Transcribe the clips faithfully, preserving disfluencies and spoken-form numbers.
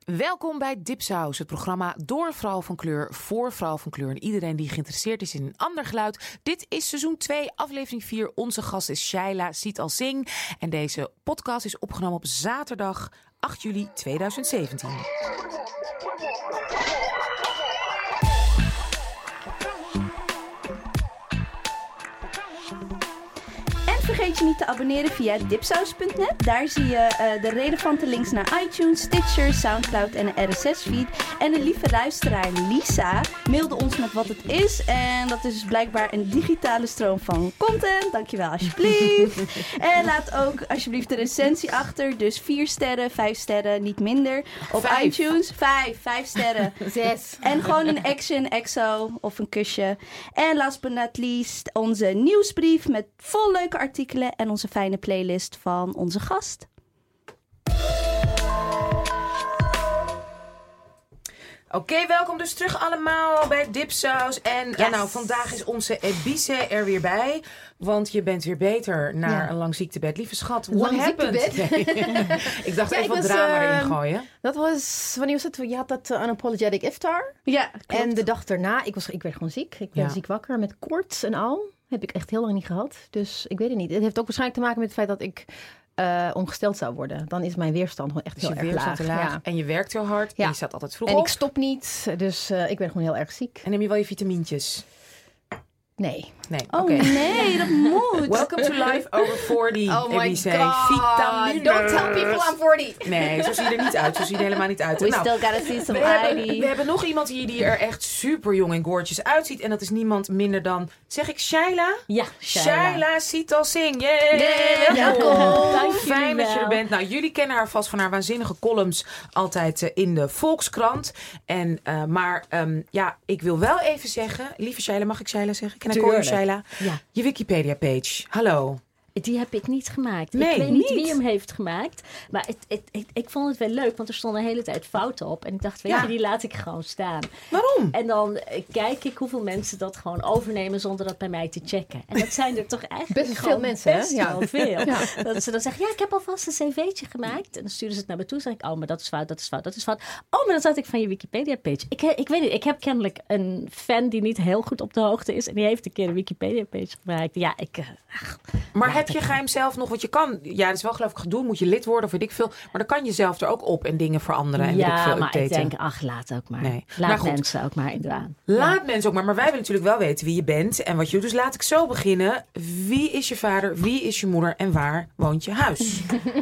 Welkom bij Dipsaus, het programma door een vrouw van kleur, voor vrouw van kleur en iedereen die geïnteresseerd is in een ander geluid. Dit is seizoen twee, aflevering vier. Onze gast is Shaila Sital Singh en deze podcast is opgenomen op zaterdag acht juli tweeduizend zeventien. Vergeet je niet te abonneren via dipsaus punt net. Daar zie je uh, de relevante links naar iTunes, Stitcher, Soundcloud en een R S S-feed. En een lieve luisteraar, Lisa, mailde ons met wat het is. En dat is dus blijkbaar een digitale stroom van content. Dankjewel, alsjeblieft. En laat ook alsjeblieft de recensie achter. Dus vier sterren, vijf sterren, niet minder. Op vijf. iTunes, vijf, vijf sterren. Zes. En gewoon een action, exo of een kusje. En last but not least, onze nieuwsbrief met vol leuke artikelen. artikelen en onze fijne playlist van onze gast. Oké, okay, welkom dus terug allemaal bij Dipsaus. En yes. uh, nou, vandaag is onze Ebice er weer bij. Want je bent weer beter na ja. een lang ziektebed. Lieve schat, what lang happened? Nee. ik dacht ja, even ik wat was, drama uh, erin gooien. Dat was, wanneer was het? Je had dat uh, unapologetic iftar. Ja, klopt. En de dag daarna, ik, was, ik werd gewoon ziek. Ik ben ja. ziek wakker met koorts en al. Heb ik echt heel lang niet gehad. Dus ik weet het niet. Het heeft ook waarschijnlijk te maken met het feit dat ik uh, ongesteld zou worden. Dan is mijn weerstand gewoon echt dus heel erg laag. laag. Ja. En je werkt heel hard. Ja. En je staat altijd vroeg en op. En ik stop niet. Dus uh, ik ben gewoon heel erg ziek. En neem je wel je vitamintjes? Nee. Nee, oh okay. nee, dat moet. Welcome to life over forty. Oh my Ebice. god. Vitamines. Don't tell people I'm forty. Nee, zo zie je er niet uit. Zo zie je er helemaal niet uit. We nou, still gotta see some we hebben, I D. we hebben nog iemand hier die er echt super jong en gorgeous uitziet. En dat is niemand minder dan, zeg ik Shaila? Ja, Shaila. Shaila Sital Singh. Yay! Yeah, welkom. Dank Fijn dat je er bent. Nou, jullie kennen haar vast van haar waanzinnige columns altijd uh, in de Volkskrant. En, uh, maar um, ja, ik wil wel even zeggen, lieve Shaila, mag ik Shaila zeggen? Can I call you Shaila? Ja. Je Wikipedia-page. Hallo. Die heb ik niet gemaakt. Nee, ik weet niet niet wie hem heeft gemaakt. Maar het, het, het, ik vond het wel leuk, want er stond een hele tijd fouten op. En ik dacht, weet ja. je, die laat ik gewoon staan. Waarom? En dan kijk ik hoeveel mensen dat gewoon overnemen zonder dat bij mij te checken. En dat zijn er toch eigenlijk best veel mensen, best hè? Ja. wel veel. Ja. Dat ze dan zeggen, ja, ik heb alvast een cv'tje gemaakt. En dan sturen ze het naar me toe. Dan zeg ik, oh, maar dat is fout, dat is fout, dat is fout. Oh, maar dat had ik van je Wikipedia-page. Ik, ik weet niet, ik heb kennelijk een fan die niet heel goed op de hoogte is. En die heeft een keer een Wikipedia-page gemaakt. Ja, ik... Ach, maar ja, heb je geheim zelf nog, want je kan, ja, dat is wel geloof ik gedoe, moet je lid worden of weet ik veel, maar dan kan je zelf er ook op en dingen veranderen en ja, weet ik veel maar updaten. ik denk, ach, laat ook maar. Nee. Laat maar goed, mensen ook maar indaan. Laat ja. mensen ook maar, maar wij willen natuurlijk wel weten wie je bent en wat je doet. Dus laat ik zo beginnen. Wie is je vader, wie is je moeder en waar woont je huis?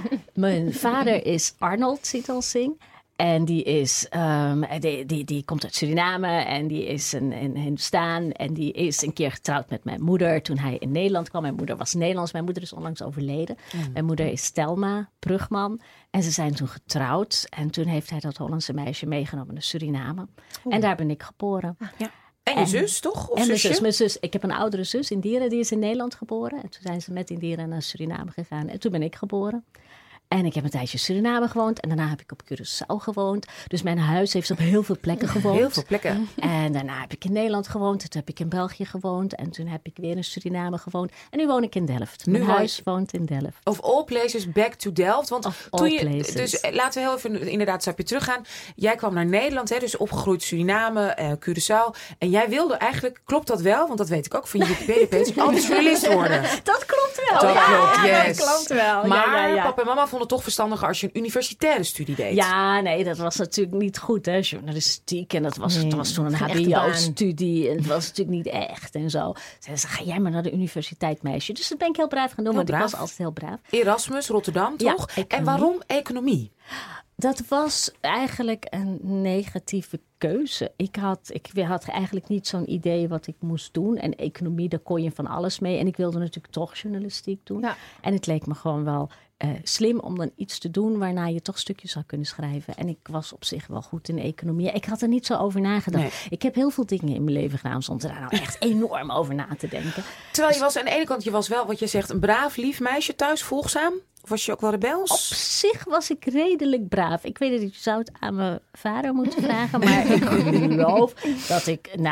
Mijn vader is Arnold Sital Singh. En die is, um, die, die, die komt uit Suriname en die is een, een Hindustaan. En die is een keer getrouwd met mijn moeder toen hij in Nederland kwam. Mijn moeder was Nederlands, mijn moeder is onlangs overleden. Mm. Mijn moeder is Stelma Brugman. En ze zijn toen getrouwd. En toen heeft hij dat Hollandse meisje meegenomen naar Suriname. Oeh. En daar ben ik geboren. Ah, ja. En je en, zus, toch? Of en mijn zusje? zus, mijn zus. Ik heb een oudere zus, Indira, die is in Nederland geboren. En toen zijn ze met Indira naar Suriname gegaan. En toen ben ik geboren. En ik heb een tijdje in Suriname gewoond. En daarna heb ik op Curaçao gewoond. Dus mijn huis heeft op heel veel plekken gewoond. Heel veel plekken. En daarna heb ik in Nederland gewoond. Toen heb ik in België gewoond. En toen heb ik weer in Suriname gewoond. En nu woon ik in Delft. Mijn nu huis je... woont in Delft. Of all places back to Delft. Want of toen all je, places. Dus laten we heel even inderdaad een stapje teruggaan. Jij kwam naar Nederland, hè, dus opgegroeid Suriname, uh, Curaçao. En jij wilde eigenlijk, klopt dat wel? Want dat weet ik ook van je Wikipedia-page, altijd journalist worden. Dat klopt wel. Dat ja, klopt, yes. dat klopt wel. Maar ja, ja, ja. papa en mama vonden het toch verstandiger als je een universitaire studie deed. Ja, nee, dat was natuurlijk niet goed, hè. Journalistiek. En dat was, nee, het was toen een H B O-studie. En het was natuurlijk niet echt en zo. Zeiden ze, ga jij maar naar de universiteit, meisje. Dus dat ben ik heel braaf gaan doen, heel want braaf. Ik was altijd heel braaf. Erasmus, Rotterdam, toch? Ja, en waarom economie? Dat was eigenlijk een negatieve keuze. Ik had, ik had eigenlijk niet zo'n idee wat ik moest doen. En economie, daar kon je van alles mee. En ik wilde natuurlijk toch journalistiek doen. Ja. En het leek me gewoon wel uh, slim om dan iets te doen waarna je toch stukjes zou kunnen schrijven. En ik was op zich wel goed in economie. Ik had er niet zo over nagedacht. Nee. Ik heb heel veel dingen in mijn leven gedaan zonder daar nou echt enorm over na te denken. Terwijl je was aan de ene kant, je was wel wat je zegt, een braaf, lief meisje thuis, volgzaam. Of was je ook wel rebels? Op zich was ik redelijk braaf. Ik weet dat je zou het aan mijn vader moeten vragen. Maar ik geloof dat ik naar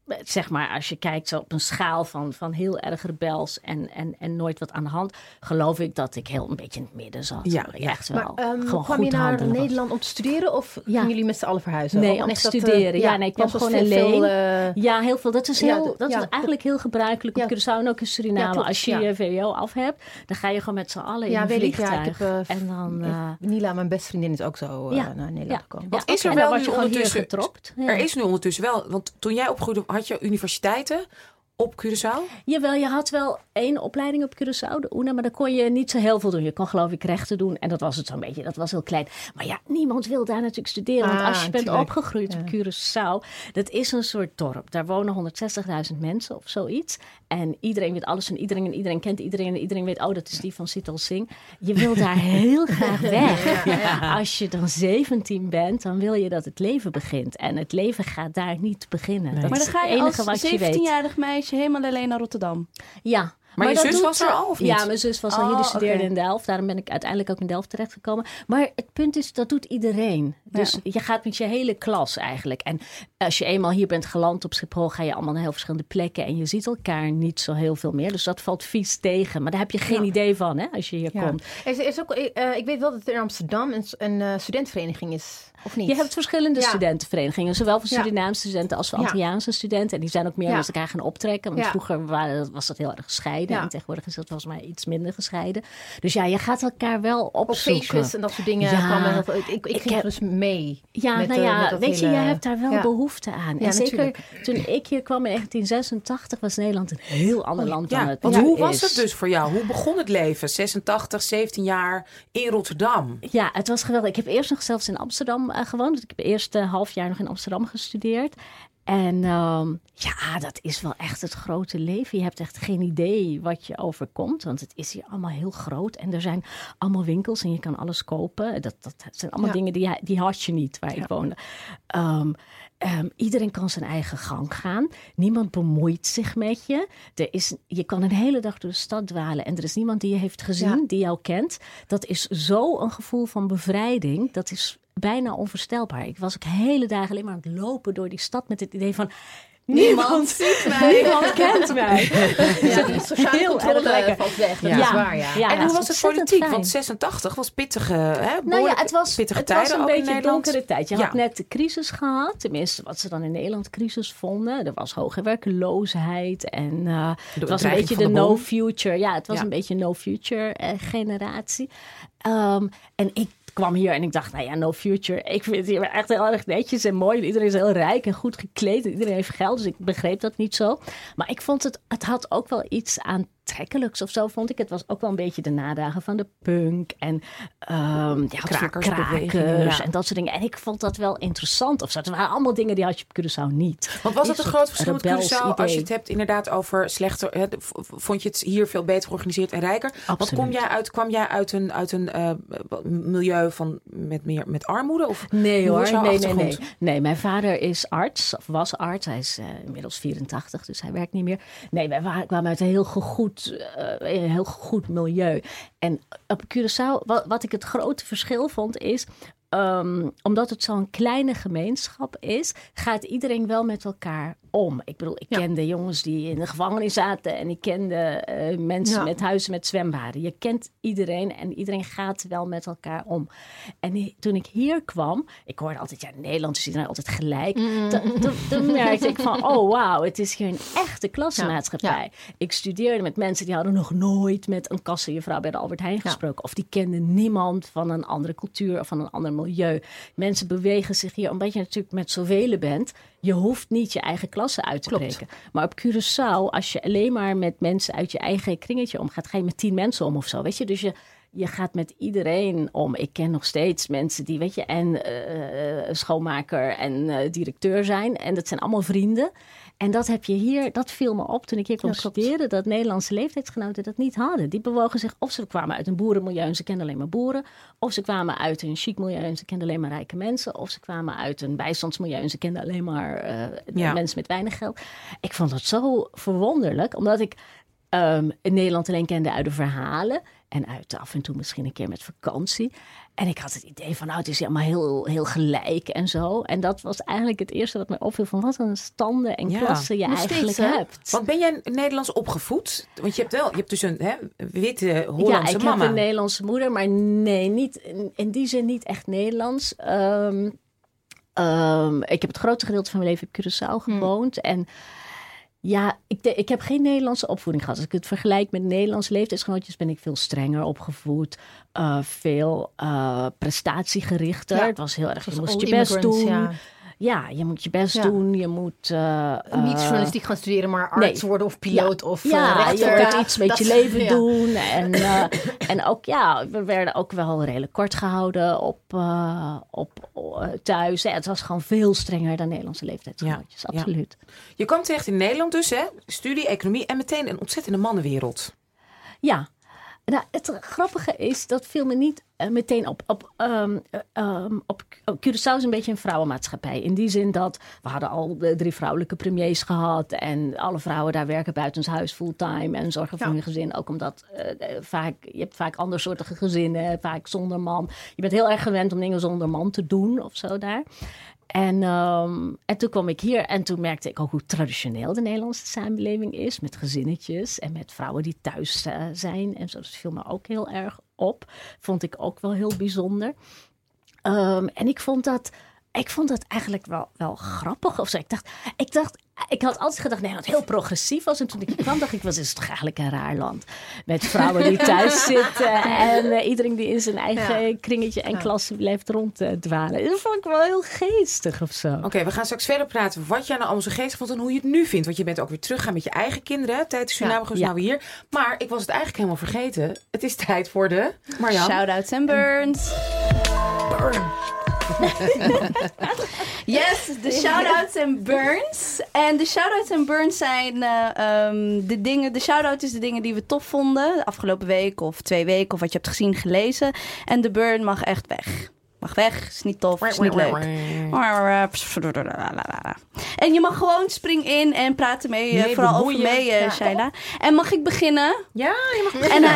zeg maar, als je kijkt zo op een schaal van, van heel erg rebels en, en, en nooit wat aan de hand, geloof ik dat ik heel een beetje in het midden zat. Ja, ja. Echt wel. Maar um, gewoon kwam goed je naar Nederland was. om te studeren of Ja. gingen jullie met z'n allen verhuizen? Nee, om te studeren. Dat, uh, ja, ja, nee, ik kwam gewoon alleen. Veel, uh... Ja, heel veel. Dat is, heel, ja, dat ja, is eigenlijk heel gebruikelijk op ja. Curaçao en ook in Suriname. Ja, als je ja. je V W O af hebt, dan ga je gewoon met z'n allen ja, in een vliegtuig. Ik, ja, ik heb, uh, en dan, uh... Nila, mijn beste vriendin, is ook zo uh, ja. naar Nederland ja. gekomen. Wat ja, is er okay. wel nu ondertussen? Ja. Er is nu ondertussen wel, want toen jij opgroeide had je universiteiten op Curaçao? Jawel, je had wel één opleiding op Curaçao, de U N A, maar daar kon je niet zo heel veel doen. Je kon geloof ik rechten doen en dat was het zo'n beetje. Dat was heel klein. Maar ja, niemand wil daar natuurlijk studeren. Want ah, als je bent tuurlijk. opgegroeid ja. op Curaçao, dat is een soort dorp. Daar wonen honderdzestigduizend mensen of zoiets. En iedereen weet alles van iedereen en iedereen kent iedereen. En iedereen weet, oh, dat is die van Sit Al Sing. Je wil daar heel graag weg. Ja, ja. Als je dan zeventien bent, dan wil je dat het leven begint. En het leven gaat daar niet beginnen. Nee. Dat maar dan ga je als zeventienjarig meisje helemaal alleen naar Rotterdam. Ja. Maar, maar je zus doet, was er al of niet? Ja, mijn zus was al hier, die studeerde okay. in Delft. Daarom ben ik uiteindelijk ook in Delft terechtgekomen. Maar het punt is, dat doet iedereen. Dus ja. je gaat met je hele klas eigenlijk. En als je eenmaal hier bent geland op Schiphol, ga je allemaal naar heel verschillende plekken. En je ziet elkaar niet zo heel veel meer. Dus dat valt vies tegen. Maar daar heb je geen ja. idee van, hè, als je hier ja. komt. Er is ook, uh, ik weet wel dat er in Amsterdam een, een uh, studentenvereniging is. Of niet? Je hebt verschillende ja. studentenverenigingen. Zowel voor ja. Surinaamse studenten als voor ja. Antilliaanse studenten. En die zijn ook meer ja. met elkaar gaan optrekken. Want ja. vroeger waren, was dat heel erg gescheiden. Ja. En tegenwoordig is dat volgens mij iets minder gescheiden. Dus ja, je gaat elkaar wel opzoeken. Op feestjes en dat soort dingen. Ja. Kwam, ik, ik, ik ging heb, dus mee. Ja, met, nou ja, uh, weet hele, je, je hebt daar wel ja. behoefte aan. Ja, en zeker natuurlijk. toen ik hier kwam in negentien zesentachtig was Nederland een heel ander land ja, dan het want nu hoe is. was het dus voor jou? Hoe begon het leven? zesentachtig, zeventien jaar in Rotterdam. Ja, het was geweldig. Ik heb eerst nog zelfs in Amsterdam uh, gewoond. Ik heb eerst een half jaar nog in Amsterdam gestudeerd. En um, ja, dat is wel echt het grote leven. Je hebt echt geen idee wat je overkomt. Want het is hier allemaal heel groot. En er zijn allemaal winkels en je kan alles kopen. Dat, dat zijn allemaal ja. dingen die, die had je niet waar ja. ik woonde. Um, Um, iedereen kan zijn eigen gang gaan. Niemand bemoeit zich met je. Er is, je kan een hele dag door de stad dwalen en er is niemand die je heeft gezien, ja. die jou kent. Dat is zo een gevoel van bevrijding. Dat is bijna onvoorstelbaar. Ik was ook hele dagen alleen maar aan het lopen door die stad met het idee van... Niemand ziet mij. Niemand kent mij. Ja, de sociale heel controle valt weg. Dat ja. is waar, ja. ja en hoe was het politiek? Fijn. Want zesentachtig was pittige, hè, nou ja, het was, pittige het tijden was een beetje een donkere tijd. Je ja. had net de crisis gehad. Tenminste, wat ze dan in Nederland crisis vonden. Er was hoge werkeloosheid. En uh, het was een beetje de, de no future. Ja, het was ja. een beetje een no future uh, generatie. Um, en ik kwam hier en ik dacht, nou ja, no future. Ik vind het hier echt heel erg netjes en mooi. Iedereen is heel rijk en goed gekleed. Iedereen heeft geld, dus ik begreep dat niet zo. Maar ik vond het, het had ook wel iets aantrekkelijks of zo, vond ik. Het was ook wel een beetje de nadagen van de punk en um, ja, krakers, krakers ja. en dat soort dingen. En ik vond dat wel interessant of zo. Het waren allemaal dingen die had je op Curaçao niet. Want was het een groot verschil met Curaçao idee. Als je het hebt inderdaad over slechter, hè, vond je het hier veel beter georganiseerd en rijker? Absoluut. Want kom jij uit, kwam jij uit een, uit een uh, milieu van met meer met armoede? Of nee hoor, nee, nee, nee. Nee, mijn vader is arts, of was arts. Hij is uh, inmiddels vierentachtig, dus hij werkt niet meer. Nee, wij waren, kwamen uit een heel goed, uh, een heel goed milieu. En op Curaçao, wat, wat ik het grote verschil vond, is... Um, omdat het zo'n kleine gemeenschap is, gaat iedereen wel met elkaar om. Ik bedoel, ik ja. kende jongens die in de gevangenis zaten en ik kende uh, mensen ja. met huizen met zwembaden. Je kent iedereen en iedereen gaat wel met elkaar om. En toen ik hier kwam, ik hoorde altijd, ja, Nederland is iedereen altijd gelijk. Mm. Toen merkte ik van, oh wauw, het is hier een echte klassenmaatschappij. Ja. Ja. Ik studeerde met mensen die hadden nog nooit met een kassenjuffrouw bij de Albert Heijn gesproken. Ja. Of die kenden niemand van een andere cultuur of van een ander milieu. Mensen bewegen zich hier, omdat je natuurlijk met zoveel bent. Je hoeft niet je eigen klasse uit te Klopt. breken. Maar op Curaçao, als je alleen maar met mensen uit je eigen kringetje omgaat, ga je met tien mensen om of zo, weet je. Dus je, je gaat met iedereen om. Ik ken nog steeds mensen die, weet je, en uh, schoonmaker en uh, directeur zijn. En dat zijn allemaal vrienden. En dat heb je hier, dat viel me op toen ik hier kwam ja, studeren, dat Nederlandse leeftijdsgenoten dat niet hadden. Die bewogen zich, of ze kwamen uit een boerenmilieu en ze kenden alleen maar boeren. Of ze kwamen uit een chic milieu en ze kenden alleen maar rijke mensen. Of ze kwamen uit een bijstandsmilieu en ze kenden alleen maar uh, ja. mensen met weinig geld. Ik vond dat zo verwonderlijk, omdat ik um, in Nederland alleen kende uit de verhalen. En uit af en toe misschien een keer met vakantie. En ik had het idee van, nou, het is allemaal heel, heel gelijk en zo. En dat was eigenlijk het eerste wat mij opviel van wat een standen en ja, klassen je eigenlijk steeds, hebt. Want ben jij Nederlands opgevoed? Want je hebt wel, je hebt dus een hè, witte Hollandse mama. Ja, ik mama. heb een Nederlandse moeder, maar nee, niet, in, in die zin niet echt Nederlands. Um, um, ik heb het grootste gedeelte van mijn leven op Curaçao gewoond. Hmm. En ja, ik, de, ik heb geen Nederlandse opvoeding gehad. Als ik het vergelijk met Nederlandse leeftijdsgenootjes ben ik veel strenger opgevoed. Uh, veel uh, prestatiegerichter. Ja. Het was heel erg, je moest je best doen. Ja. Ja, je moet je best ja. doen. Je moet uh, niet journalistiek gaan studeren, maar arts nee. worden of piloot ja. of ja, uh, rechter. Je moet iets met dat, je leven ja. doen. En, uh, en ook, ja, we werden ook wel redelijk kort gehouden op, uh, op uh, thuis. Ja, het was gewoon veel strenger dan Nederlandse leeftijdsgenootjes, ja. absoluut. Ja. Je kwam terecht in Nederland dus, hè? Studie, economie en meteen een ontzettende mannenwereld. Ja. Nou, het grappige is, dat viel me niet uh, meteen op. Op, um, um, op Curaçao is een beetje een vrouwenmaatschappij. In die zin dat we hadden al de drie vrouwelijke premiers gehad. En alle vrouwen daar werken buitenshuis fulltime en zorgen voor ja. hun gezin. Ook omdat uh, vaak, je hebt vaak andersoortige gezinnen, vaak zonder man. Je bent heel erg gewend om dingen zonder man te doen of zo daar. En, um, en toen kwam ik hier en toen merkte ik ook hoe traditioneel de Nederlandse samenleving is. Met gezinnetjes en met vrouwen die thuis uh, zijn. En zo, dat viel me ook heel erg op. Vond ik ook wel heel bijzonder. Um, en ik vond dat, ik vond dat eigenlijk wel, wel grappig of zo. Ik dacht, ik dacht, ik had altijd gedacht, nee, dat het heel progressief was. En toen ik kwam, dacht ik, was, is het toch eigenlijk een raar land. Met vrouwen die thuis zitten. En uh, iedereen die in zijn eigen ja. kringetje en ja. klasse blijft ronddwalen. Uh, dat vond ik wel heel geestig of zo. Oké, okay, we gaan straks verder praten wat jij nou allemaal zo geestig vond en hoe je het nu vindt. Want je bent ook weer teruggegaan met je eigen kinderen. Tijdens Suriname ja. ja. nou hier. Maar ik was het eigenlijk helemaal vergeten. Het is tijd voor de... Marjan. Shoutouts en burns. Burn. Yes, de shoutouts en burns. En de shoutouts en burns zijn uh, um, de dingen... De shoutout is de dingen die we tof vonden. De afgelopen week of twee weken of wat je hebt gezien, gelezen. En de burn mag echt weg. Mag weg, is niet tof, is niet leuk. En je mag gewoon spring in en praten mee, nee, vooral over mee, uh, ja. Shaila. En mag ik beginnen? Ja, je mag beginnen.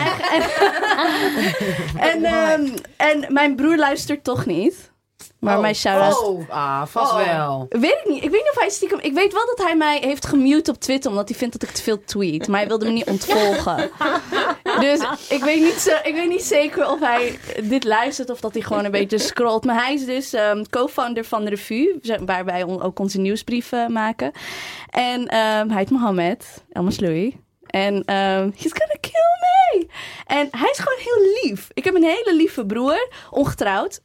En, en, en, um, en mijn broer luistert toch niet. Maar oh. mijn shout-out... Oh, ah, vast oh. wel. Weet ik niet. Ik weet niet of hij stiekem... Ik weet wel dat hij mij heeft gemute op Twitter, omdat hij vindt dat ik te veel tweet. Maar hij wilde me niet ontvolgen. Dus ik weet, niet zo, ik weet niet zeker of hij dit luistert of dat hij gewoon een beetje scrolt. Maar hij is dus um, co-founder van de Revue, waar wij ook onze nieuwsbrieven maken. En um, hij heet Mohammed El-Masloui. En um, he's gonna kill me. En hij is gewoon heel lief. Ik heb een hele lieve broer, ongetrouwd.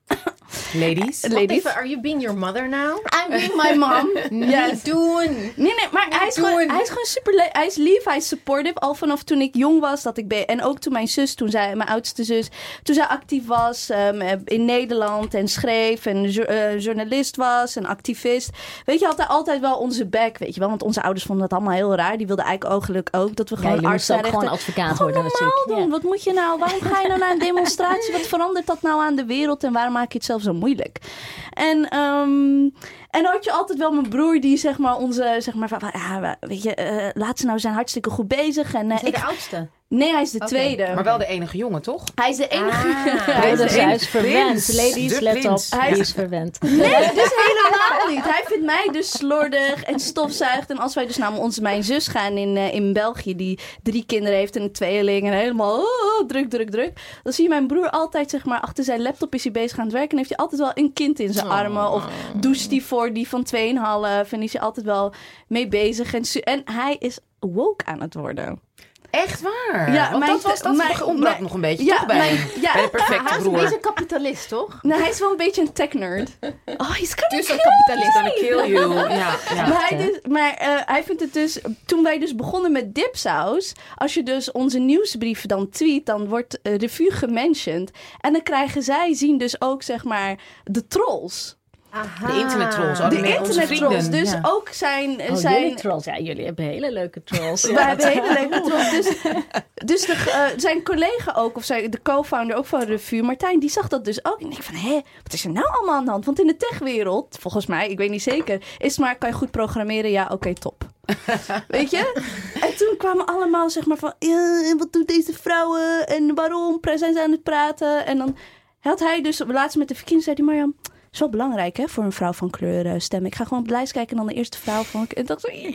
Ladies. Ladies. Even, are you being your mother now? I'm being my mom. Yes. Doen. Nee, nee, maar hij is, gewoon, hij is gewoon super le- Hij is lief, hij is supportive. Al vanaf toen ik jong was, dat ik ben. En ook toen mijn zus, toen zij, mijn oudste zus, toen zij actief was um, in Nederland en schreef en uh, journalist was en activist. Weet je, had hij altijd wel onze back, weet je wel. Want onze ouders vonden dat allemaal heel raar. Die wilden eigenlijk ook dat we gewoon ja, arts zijn. Gewoon advocaat worden natuurlijk. Doen. Ja. Wat moet je nou? Waarom ga je nou naar een demonstratie? Wat verandert dat nou aan de wereld? En waarom maak je het zelf zo moeilijk? En, um, en dan had je altijd wel mijn broer die zeg maar onze, zeg maar, van, ja, weet je, uh, laat ze nou zijn hartstikke goed bezig. En, uh, is hij ik, de oudste? Nee, hij is de okay. tweede. Maar wel de enige jongen, toch? Hij is de enige. Ah, hij is, dus hij is verwend. Ladies, de let prins. op. Hij is verwend. Nee, dus helemaal niet. Hij vindt mij dus slordig en stofzuigt. En als wij dus naar onze, mijn zus gaan in, uh, in België, die drie kinderen heeft en een tweeling en helemaal oh, druk, druk, druk. Dan zie je mijn broer altijd, zeg maar, achter zijn laptop is hij bezig aan het werken. En heeft hij altijd wel een kind in zijn oh. armen. Of doucht hij voor die van twee komma vijf. En is hij altijd wel mee bezig. En, su- en hij is woke aan het worden. Echt waar? Ja, want mijn, dat was dat mijn, ontbrak mijn, nog een beetje ja, toch bij, mijn, ja, bij de perfecte hij is broer. een beetje een kapitalist, toch? Nou, hij is wel een beetje een tech-nerd. Oh, he's gonna dus kill een kapitalist. Gonna kill you. Ja, ja. Maar, hij, dus, maar uh, hij vindt het dus... Toen wij dus begonnen met Dipsaus... Als je dus onze nieuwsbrief dan tweet... Dan wordt uh, Revue gementiond. En dan krijgen zij, zien dus ook, zeg maar, de trolls. Aha. De internet-trolls. Oh, de internet-trolls. Dus ja. ook zijn... Oh, zijn jullie trolls. Ja, jullie hebben hele leuke trolls. We ja, hebben hele leuke trolls. Dus, dus de, uh, zijn collega ook, of zijn, de co-founder ook van Revue, Martijn, die zag dat dus ook. En ik denk van, hé, wat is er nou allemaal aan de hand? Want in de techwereld, volgens mij, ik weet niet zeker, is maar, kan je goed programmeren? Ja, oké, okay, top. Weet je? En toen kwamen allemaal zeg maar van... Ja, wat doen deze vrouwen? En waarom zijn ze aan het praten? En dan had hij dus laatst met de verkiezing... zei hij, Marjam, is wel belangrijk hè, voor een vrouw van kleur uh, stemmen. Ik ga gewoon op de lijst kijken en dan de eerste vrouw van... En dacht ik,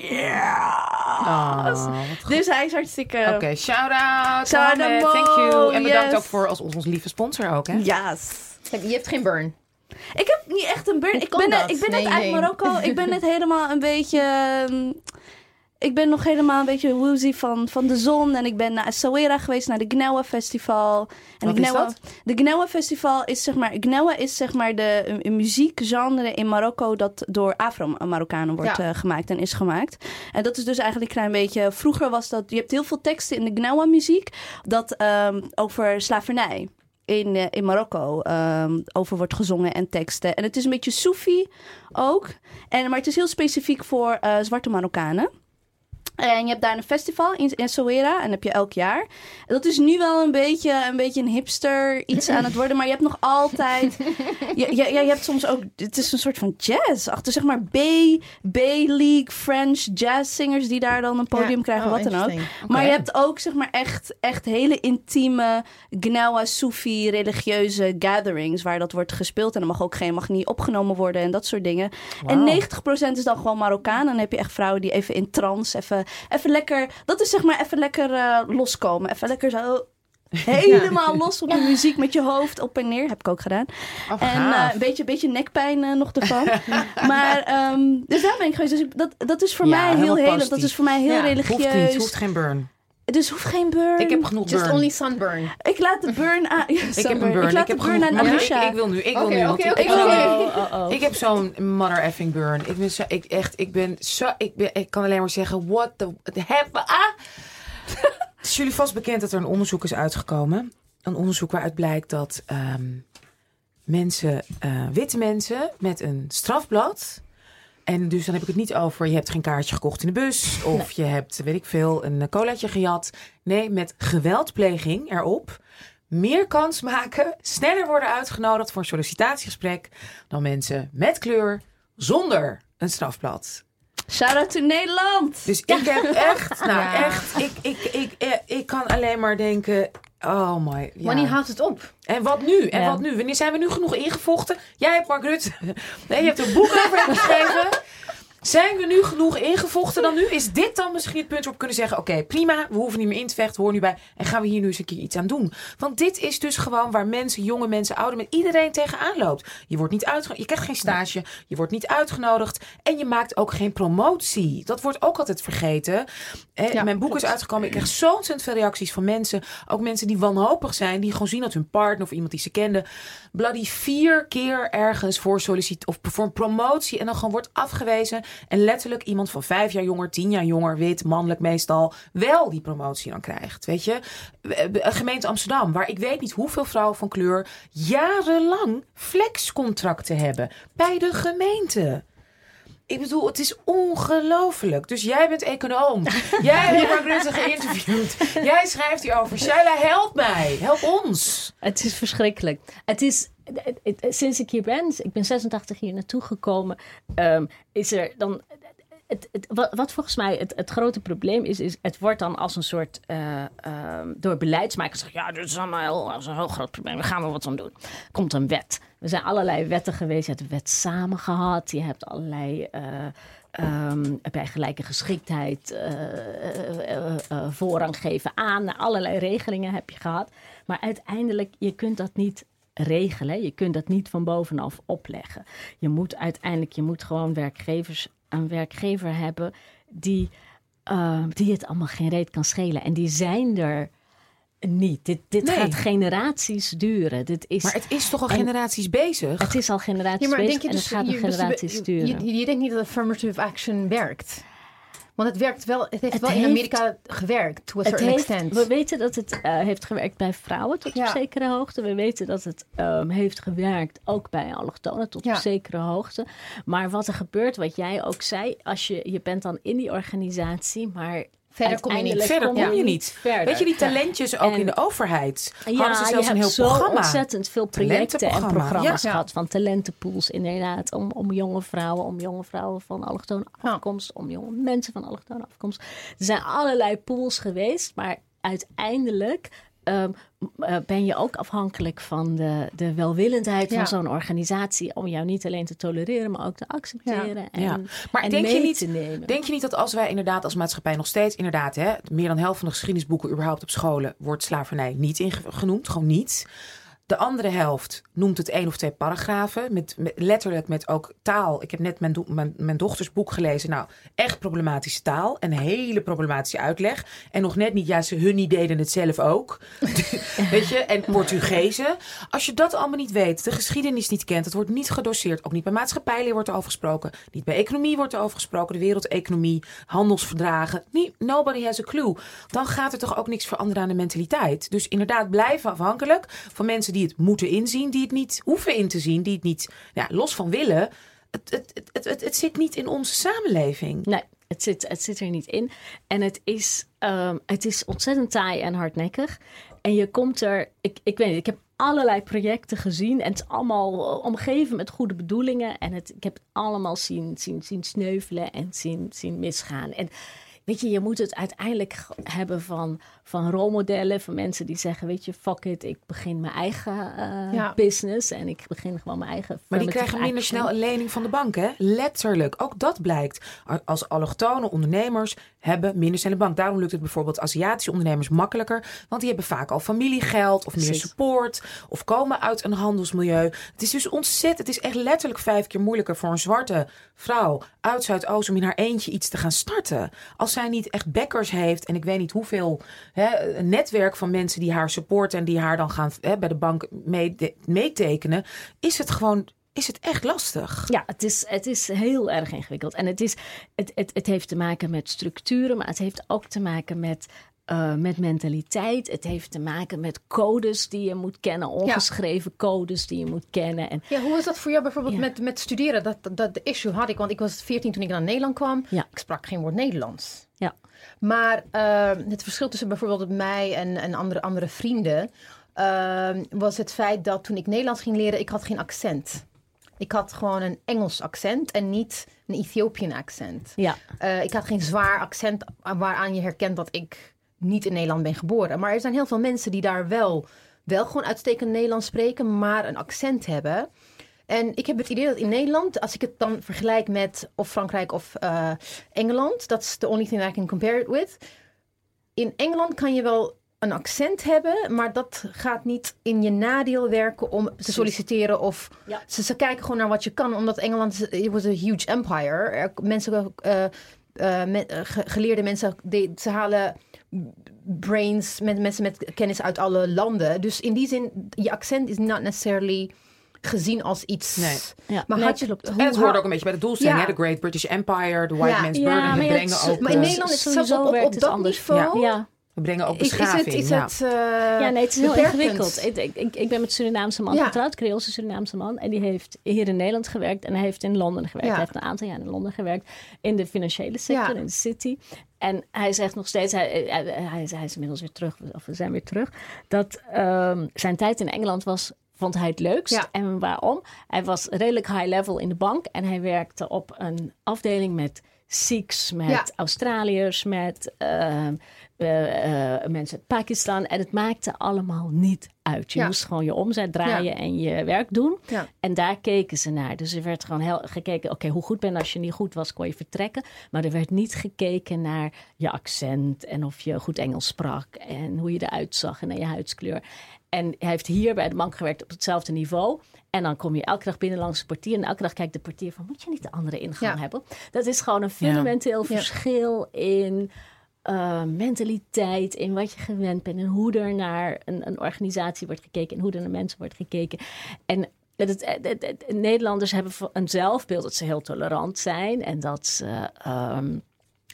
ja. Oh, dus hij is hartstikke... Oké, okay, shout-out. Shout Mohamed, out, thank you. En bedankt yes. ook voor als ons lieve sponsor ook, hè? Yes. Je hebt geen burn. Ik heb niet echt een burn. Ik ben, net, ik ben net nee, uit nee. Marokko. Ik ben net helemaal een beetje... Um, ik ben nog helemaal een beetje woozy van, van de zon. En ik ben naar Essaouira geweest, naar de Gnawa Festival. En Wat de is Gnawa, dat? De Gnawa Festival is zeg maar... Gnawa is zeg maar de een, een muziekgenre in Marokko... dat door Afro-Marokkanen wordt ja. uh, gemaakt en is gemaakt. En dat is dus eigenlijk een klein beetje... Vroeger was dat... Je hebt heel veel teksten in de Gnawa muziek... dat um, over slavernij... In, uh, in Marokko um, over wordt gezongen en teksten. En het is een beetje Soefi ook. En, maar het is heel specifiek voor uh, zwarte Marokkanen. En je hebt daar een festival in Essaouira. En dat heb je elk jaar. Dat is nu wel een beetje een, beetje een hipster iets aan het worden. Maar je hebt nog altijd... je, je, je hebt soms ook... Het is een soort van jazz. Achter zeg maar B, B-League French jazz-zingers... die daar dan een podium ja. krijgen, oh, wat dan ook. Okay. Maar je hebt ook zeg maar echt, echt hele intieme... Gnawa, Soefi, religieuze gatherings... waar dat wordt gespeeld. En dan mag ook geen, mag niet opgenomen worden en dat soort dingen. Wow. En negentig procent is dan gewoon Marokkaan. En dan heb je echt vrouwen die even in trance... even Even lekker, dat is zeg maar even lekker uh, loskomen. Even lekker zo helemaal ja. los op de muziek met je hoofd op en neer. Heb ik ook gedaan. Oh, en uh, een beetje, beetje nekpijn uh, nog ervan. maar, um, dus daar ben ik geweest. Dus dat, dat is voor ja, mij heel heel, dat is voor mij heel ja. religieus. Hoeft niet, hoeft geen burn. Dus hoeft geen burn. Ik heb genoeg Just burn. only sunburn. Ik laat de burn aan. Ja, ik heb een burn. Ik laat ik heb de burn aan Alicia. Ik, ik wil nu. Ik wil okay, nu. Okay, ik, okay, ik, okay. oh, Oh, oh. ik heb zo'n mother effing burn. Ik ben zo, ik echt, ik ben zo, ik ben, ik kan alleen maar zeggen, what the, the heck, ah. Het is jullie vast bekend dat er een onderzoek is uitgekomen. Een onderzoek waaruit blijkt dat um, mensen, uh, witte mensen met een strafblad... En dus dan heb ik het niet over... je hebt geen kaartje gekocht in de bus... of nee. je hebt, weet ik veel, een colaatje gejat. Nee, met geweldpleging erop... meer kans maken... sneller worden uitgenodigd voor een sollicitatiegesprek... dan mensen met kleur zonder een strafblad. Shout-out to Nederland! Dus ik heb echt... Nou, ja. echt... Ik, ik, ik, ik, ik kan alleen maar denken... Oh my... Ja. Wanneer houdt het op? En wat nu? En ja. wat nu? Wanneer zijn we nu genoeg ingevochten? Jij hebt Mark Rutte... Nee, je hebt een boek over hem geschreven. Zijn we nu genoeg ingevochten dan nu? Is dit dan misschien het punt waarop we kunnen zeggen... Oké, okay, prima, we hoeven niet meer in te vechten, we horen nu bij... en gaan we hier nu eens een keer iets aan doen. Want dit is dus gewoon waar mensen, jonge mensen, oude mensen... iedereen tegenaan loopt. Je wordt niet uitgenodigd, je krijgt geen stage, je wordt niet uitgenodigd... en je maakt ook geen promotie. Dat wordt ook altijd vergeten. Eh, ja, mijn boek klopt. Is uitgekomen, ik krijg zo ontzettend veel reacties van mensen... ook mensen die wanhopig zijn, die gewoon zien dat hun partner... of iemand die ze kenden... bloody vier keer ergens voor sollicit of voor een promotie... en dan gewoon wordt afgewezen... En letterlijk iemand van vijf jaar jonger, tien jaar jonger, wit, mannelijk meestal, wel die promotie dan krijgt. Weet je, gemeente Amsterdam, waar ik weet niet hoeveel vrouwen van kleur jarenlang flexcontracten hebben bij de gemeente. Ik bedoel, het is ongelooflijk. Dus jij bent econoom. Jij hebt Mark Rutte geïnterviewd. Jij schrijft hierover. Shaila, help mij. Help ons. Het is verschrikkelijk. Het is... Sinds ik hier ben, ik ben zesentachtig hier naartoe gekomen, um, is er dan... Het, het, wat, wat volgens mij het, het grote probleem is, is het wordt dan als een soort... Uh, um, door beleidsmakers gezegd, ja, dit is allemaal heel, dat is een heel groot probleem, daar gaan we wat aan doen. Er komt een wet. Er zijn allerlei wetten geweest, je hebt de wet samen gehad, je hebt allerlei... Uh, Um, bij gelijke geschiktheid uh, uh, uh, uh, voorrang geven aan. Allerlei regelingen heb je gehad. Maar uiteindelijk, je kunt dat niet regelen. Je kunt dat niet van bovenaf opleggen. Je moet uiteindelijk, je moet gewoon werkgevers, een werkgever hebben die, uh, die het allemaal geen reet kan schelen. En die zijn er niet. Dit, dit nee. gaat generaties duren. Dit is, maar het is toch al generaties bezig? Het is al generaties ja, bezig en dus, het gaat nog generaties je, duren. Je, je, je denkt niet dat affirmative action werkt? Want het werkt wel. Het heeft het wel heeft, in Amerika gewerkt, to a certain heeft, extent. We weten dat het uh, heeft gewerkt bij vrouwen tot ja. op zekere hoogte. We weten dat het um, heeft gewerkt ook bij allochtonen tot ja. op zekere hoogte. Maar wat er gebeurt, wat jij ook zei, als je, je bent dan in die organisatie, maar Verder kom je niet. Verder kom je niet. niet. Verder. Weet je, die talentjes ook en, in de overheid. Ja, hadden ze zelfs je een hebt heel zo programma. ontzettend veel projecten en programma's ja. gehad. Van talentenpools inderdaad. Om, om jonge vrouwen, om jonge vrouwen van allochtone afkomst. Ja. Om jonge mensen van allochtone afkomst. Er zijn allerlei pools geweest. Maar uiteindelijk... Um, uh, ben je ook afhankelijk van de, de welwillendheid ja. van zo'n organisatie om jou niet alleen te tolereren, maar ook te accepteren ja. en, ja. maar en denk mee je niet, te nemen. Denk je niet dat als wij inderdaad als maatschappij nog steeds inderdaad, hè, meer dan de helft van de geschiedenisboeken überhaupt op scholen wordt slavernij niet in genoemd, gewoon niet. De andere helft noemt het één of twee paragrafen. Met, met, letterlijk met ook taal. Ik heb net mijn, do, mijn, mijn dochters boek gelezen. Nou, echt problematische taal. Een hele problematische uitleg. En nog net niet, ja, ze hun niet deden het zelf ook. Weet je? En Portugezen. Als je dat allemaal niet weet, de geschiedenis niet kent. Het wordt niet gedoseerd. Ook niet bij maatschappijleer wordt er over gesproken. Niet bij economie wordt er over gesproken. De wereldeconomie, handelsverdragen. Nobody has a clue. Dan gaat er toch ook niks veranderen aan de mentaliteit. Dus inderdaad blijven afhankelijk van mensen die het moeten inzien, die het niet hoeven in te zien, die het niet, ja, los van willen. Het, het, het, het, het zit niet in onze samenleving. Nee, het zit, het zit er niet in. En het is, um, het is ontzettend taai en hardnekkig. En je komt er, ik, ik weet niet, ik heb allerlei projecten gezien en het is allemaal omgeven met goede bedoelingen. En het, ik heb het allemaal zien, zien, zien sneuvelen en zien, zien misgaan. En weet je, je moet het uiteindelijk hebben van, van rolmodellen, van mensen die zeggen, weet je, fuck it, ik begin mijn eigen uh, ja. business en ik begin gewoon mijn eigen... Maar die krijgen minder action. Snel een lening van de bank, hè? Letterlijk. Ook dat blijkt. Als allochtone ondernemers hebben minder snel een bank. Daarom lukt het bijvoorbeeld Aziatische ondernemers makkelijker, want die hebben vaak al familiegeld of Precies. meer support of komen uit een handelsmilieu. Het is dus ontzettend, het is echt letterlijk vijf keer moeilijker voor een zwarte vrouw uit Zuidoost om in haar eentje iets te gaan starten. Als zij niet echt backers heeft en ik weet niet hoeveel, hè, een netwerk van mensen die haar supporten en die haar dan gaan hè, bij de bank meetekenen, is het gewoon, is het echt lastig. Ja, het is, het is heel erg ingewikkeld. En het, is, het, het, het heeft te maken met structuren, maar het heeft ook te maken met Uh, met mentaliteit. Het heeft te maken met codes die je moet kennen. Ongeschreven ja. codes die je moet kennen. En, ja, hoe was dat voor jou bijvoorbeeld ja. met, met studeren? Dat, dat de issue had ik. Want ik was veertien toen ik naar Nederland kwam. Ja. Ik sprak geen woord Nederlands. Ja. Maar uh, het verschil tussen bijvoorbeeld mij en, en andere, andere vrienden Uh, was het feit dat toen ik Nederlands ging leren, ik had geen accent. Ik had gewoon een Engels accent en niet een Ethiopian accent. Ja. Uh, ik had geen zwaar accent waaraan je herkent dat ik niet in Nederland ben geboren. Maar er zijn heel veel mensen die daar wel, wel gewoon uitstekend Nederlands spreken, maar een accent hebben. En ik heb het idee dat in Nederland, als ik het dan vergelijk met of Frankrijk of uh, Engeland, that's the only thing that I can compare it with. In Engeland kan je wel een accent hebben, maar dat gaat niet in je nadeel werken om Precies. te solliciteren. Of ja. ze, ze kijken gewoon naar wat je kan, omdat Engeland, it was a huge empire. Mensen, uh, uh, me, uh, geleerde mensen, die, ze halen brains met mensen met kennis uit alle landen. Dus in die zin, je accent is not necessarily gezien als iets. Nee. Ja. Maar nee, had je, hoe, en het hoort ook een beetje bij de doelstelling. Ja. De Great British Empire, the White ja. Man's Burden. Ja, we brengen ook, maar in Nederland is het zelfs op, op, op dat anders. niveau. Ja. Ja. We brengen ook beschaving. Is het, is ja. het, uh, ja, nee, het is heel beperkend. ingewikkeld. Ik, ik, ik ben met een Surinaamse man ja. getrouwd, Creoolse Surinaamse man. En die heeft hier in Nederland gewerkt en hij heeft in Londen gewerkt. Ja. Hij heeft een aantal jaar in Londen gewerkt in de financiële sector, ja. in de city. En hij zegt nog steeds, hij, hij, hij, hij is inmiddels weer terug, of we zijn weer terug, dat um, zijn tijd in Engeland was, vond hij het leukst. Ja. En waarom? Hij was redelijk high level in de bank en hij werkte op een afdeling met Sikhs, met ja. Australiërs, met uh, uh, uh, mensen uit Pakistan. En het maakte allemaal niet uit. Je ja. moest gewoon je omzet draaien ja. en je werk doen. Ja. En daar keken ze naar. Dus er werd gewoon heel gekeken, oké, okay, hoe goed ben je? Als je niet goed was, kon je vertrekken. Maar er werd niet gekeken naar je accent en of je goed Engels sprak en hoe je eruit zag en naar je huidskleur. En hij heeft hier bij de bank gewerkt op hetzelfde niveau. En dan kom je elke dag binnen langs de portier. En elke dag kijkt de portier van, moet je niet de andere ingang ja. hebben? Dat is gewoon een fundamenteel ja. verschil in uh, mentaliteit. In wat je gewend bent. En hoe er naar een, een organisatie wordt gekeken. En hoe er naar mensen wordt gekeken. En het, het, het, het, Nederlanders hebben een zelfbeeld dat ze heel tolerant zijn. En dat ze... Um,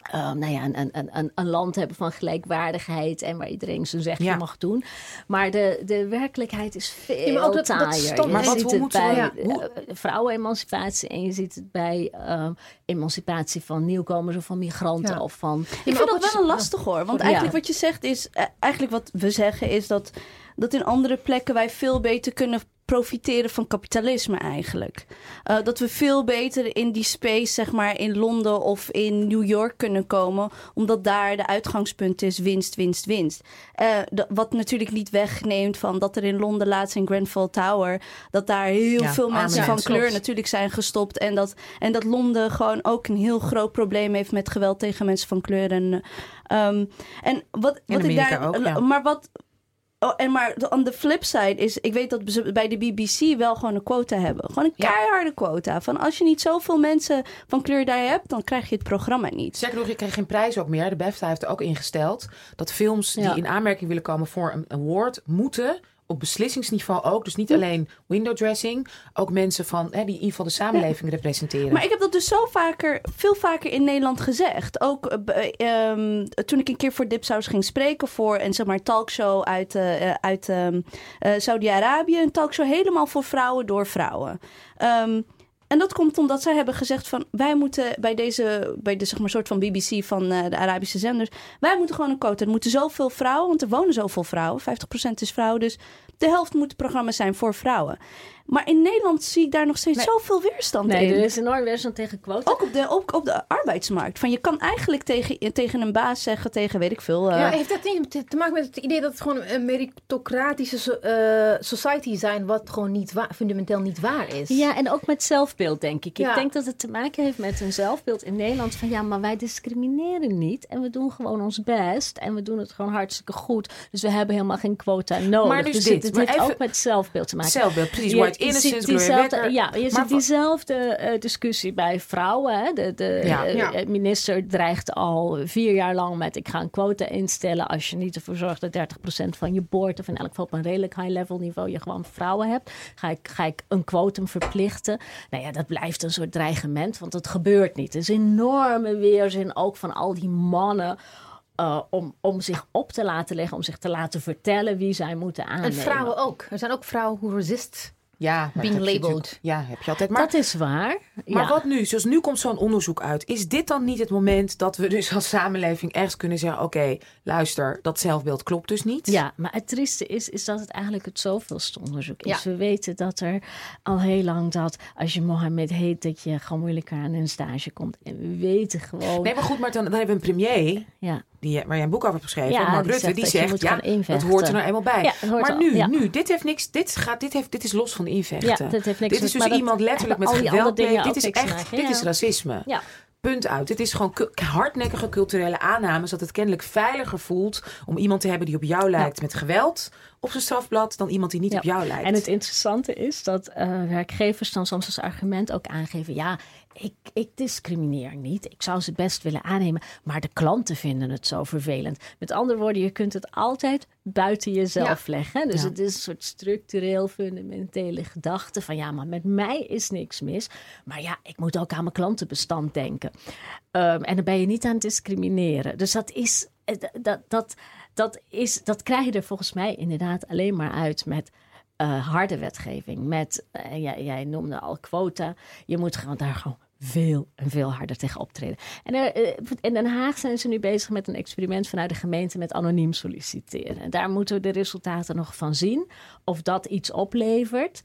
Uh, nou ja, een, een, een, een land hebben van gelijkwaardigheid en waar iedereen zijn zegje ja. mag doen. Maar de, de werkelijkheid is veel ja, dat, taaier. Dat stand, maar je wat, ziet hoe het bij ja. uh, vrouwenemancipatie en je ziet het bij uh, emancipatie van nieuwkomers of van migranten. Ja. Of van, ik vind dat wel een lastig hoor. Want eigenlijk ja. wat je zegt is, uh, eigenlijk wat we zeggen is dat, dat in andere plekken wij veel beter kunnen profiteren van kapitalisme eigenlijk. Uh, dat we veel beter in die space, zeg maar, in Londen of in New York kunnen komen, omdat daar de uitgangspunt is winst, winst, winst. Uh, de, wat natuurlijk niet wegneemt van dat er in Londen laatst in Grenfell Tower, dat daar heel ja, veel mensen ja, van kleur klopt. natuurlijk zijn gestopt en dat, en dat Londen gewoon ook een heel groot probleem heeft met geweld tegen mensen van kleur. En, um, en wat, wat ik daar, ook, ja. maar wat Oh, en maar on the flip side is, ik weet dat ze bij de B B C wel gewoon een quota hebben. Gewoon een keiharde ja. quota. Van als je niet zoveel mensen van kleur daar hebt, dan krijg je het programma niet. Zeker nog, je krijgt geen prijs ook meer. De BAFTA heeft er ook ingesteld dat films ja. die in aanmerking willen komen voor een award moeten op beslissingsniveau ook. Dus niet alleen window dressing. Ook mensen van, hè, die in ieder geval de samenleving ja. representeren. Maar ik heb dat dus zo vaker, veel vaker in Nederland gezegd. Ook uh, um, toen ik een keer voor Dipsaus ging spreken voor een zeg maar talkshow uit, uh, uit um, uh, Saudi-Arabië. Een talkshow helemaal voor vrouwen door vrouwen. Um, En dat komt omdat zij hebben gezegd van wij moeten bij deze, bij de zeg maar soort van B B C van uh, de Arabische zenders, wij moeten gewoon een quota. Er moeten zoveel vrouwen, want er wonen zoveel vrouwen. vijftig procent is vrouwen, dus de helft moet het programma zijn voor vrouwen. Maar in Nederland zie ik daar nog steeds nee. zoveel weerstand nee, in. Er is enorm weerstand tegen quota. Ook op de, ook op de arbeidsmarkt. Van je kan eigenlijk tegen, tegen een baas zeggen, tegen weet ik veel. Uh... Ja, heeft dat niet te, te maken met het idee dat het gewoon een meritocratische uh, society zijn, wat gewoon niet wa- fundamenteel niet waar is? Ja, en ook met zelfbeeld, denk ik. Ja. Ik denk dat het te maken heeft met een zelfbeeld in Nederland van ja, maar wij discrimineren niet. En we doen gewoon ons best. En we doen het gewoon hartstikke goed. Dus we hebben helemaal geen quota nodig. Maar dus, dus dit, het, het maar heeft even, ook met zelfbeeld te maken. Zelfbeeld, precies. Ja, innocence, diezelfde, ja, je ziet diezelfde uh, discussie bij vrouwen. Hè? De, de ja. uh, Ja. minister dreigt al vier jaar lang met ik ga een quota instellen als je niet ervoor zorgt dat dertig procent van je board of in elk geval op een redelijk high level niveau je gewoon vrouwen hebt. Ga ik, ga ik een quotum verplichten. Nou ja, dat blijft een soort dreigement, want dat gebeurt niet. Er is enorme weerzin ook van al die mannen. Uh, om, om zich op te laten leggen, om zich te laten vertellen wie zij moeten aannemen. En vrouwen ook. Er zijn ook vrouwen who resist ja, being labeled. Ja, heb je altijd. Maar, dat is waar. Maar ja. wat nu? Zoals nu komt zo'n onderzoek uit. Is dit dan niet het moment dat we dus als samenleving echt kunnen zeggen, oké, okay, luister, dat zelfbeeld klopt dus niet? Ja, maar het trieste is, is dat het eigenlijk het zoveelste onderzoek is. Ja. We weten dat er al heel lang dat als je Mohammed heet, dat je gewoon moeilijk aan een stage komt. En we weten gewoon. Nee, maar goed, maar dan, dan hebben we een premier. Ja. Die, waar jij een boek over hebt geschreven, ja, Mark die Rutte, zegt die dat zegt, ja, dat hoort er nou eenmaal bij. Ja, maar al, nu, ja. nu, dit heeft niks, dit gaat, dit heeft, dit is los van invechten. Ja, dit heeft niks dit is dus met, iemand letterlijk met geweld. Dit is echt, dit ja. is racisme. Ja. Punt uit. Dit is gewoon cu- hardnekkige culturele aannames dat het kennelijk veiliger voelt om iemand te hebben die op jou lijkt ja. met geweld op zijn strafblad dan iemand die niet ja. op jou lijkt. En het interessante is dat uh, werkgevers dan soms als argument ook aangeven, ja, ik, ik discrimineer niet. Ik zou ze best willen aannemen, maar de klanten vinden het zo vervelend. Met andere woorden, je kunt het altijd buiten jezelf ja. leggen. Dus ja. het is een soort structureel fundamentele gedachte van ja, maar met mij is niks mis. Maar ja, ik moet ook aan mijn klantenbestand denken. Um, en dan ben je niet aan het discrimineren. Dus dat is dat, dat, dat is dat krijg je er volgens mij inderdaad alleen maar uit met uh, harde wetgeving. Met uh, jij, jij noemde al quota. Je moet gewoon daar gewoon veel en veel harder tegen optreden. En er, in Den Haag zijn ze nu bezig met een experiment vanuit de gemeente met anoniem solliciteren. En daar moeten we de resultaten nog van zien. Of dat iets oplevert.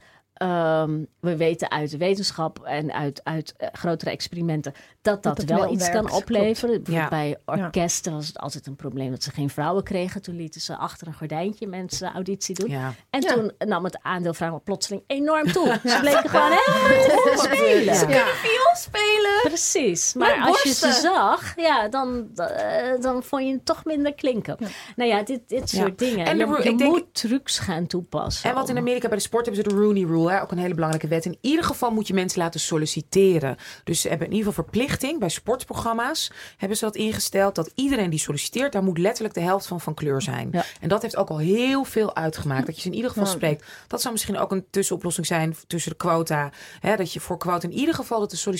Um, we weten uit de wetenschap en uit, uit uh, grotere experimenten dat dat, dat wel, wel iets werkt. Kan opleveren. Ja. Bij orkesten was het altijd een probleem dat ze geen vrouwen kregen. Toen lieten ze achter een gordijntje mensen auditie doen. Ja. En ja. toen nam het aandeel vrouwen plotseling enorm toe. Ja. Ze bleken gewoon helemaal te spelen. Ja. Ze kunnen viool spelen. Precies. Maar als je ze zag, ja, dan, uh, dan vond je het toch minder klinken. Ja. Nou ja, dit, dit soort ja. dingen. En de, je je moet denk, trucs gaan toepassen. En wat in Amerika bij de sport hebben ze de Rooney Rule. Hè? Ook een hele belangrijke wet. In ieder geval moet je mensen laten solliciteren. Dus ze hebben in ieder geval verplichting. Bij sportprogramma's hebben ze dat ingesteld. Dat iedereen die solliciteert, daar moet letterlijk de helft van van kleur zijn. Ja. En dat heeft ook al heel veel uitgemaakt. Dat je ze in ieder geval ja. spreekt. Dat zou misschien ook een tussenoplossing zijn tussen de quota. Hè? Dat je voor quota in ieder geval dat, de sollicit- dat er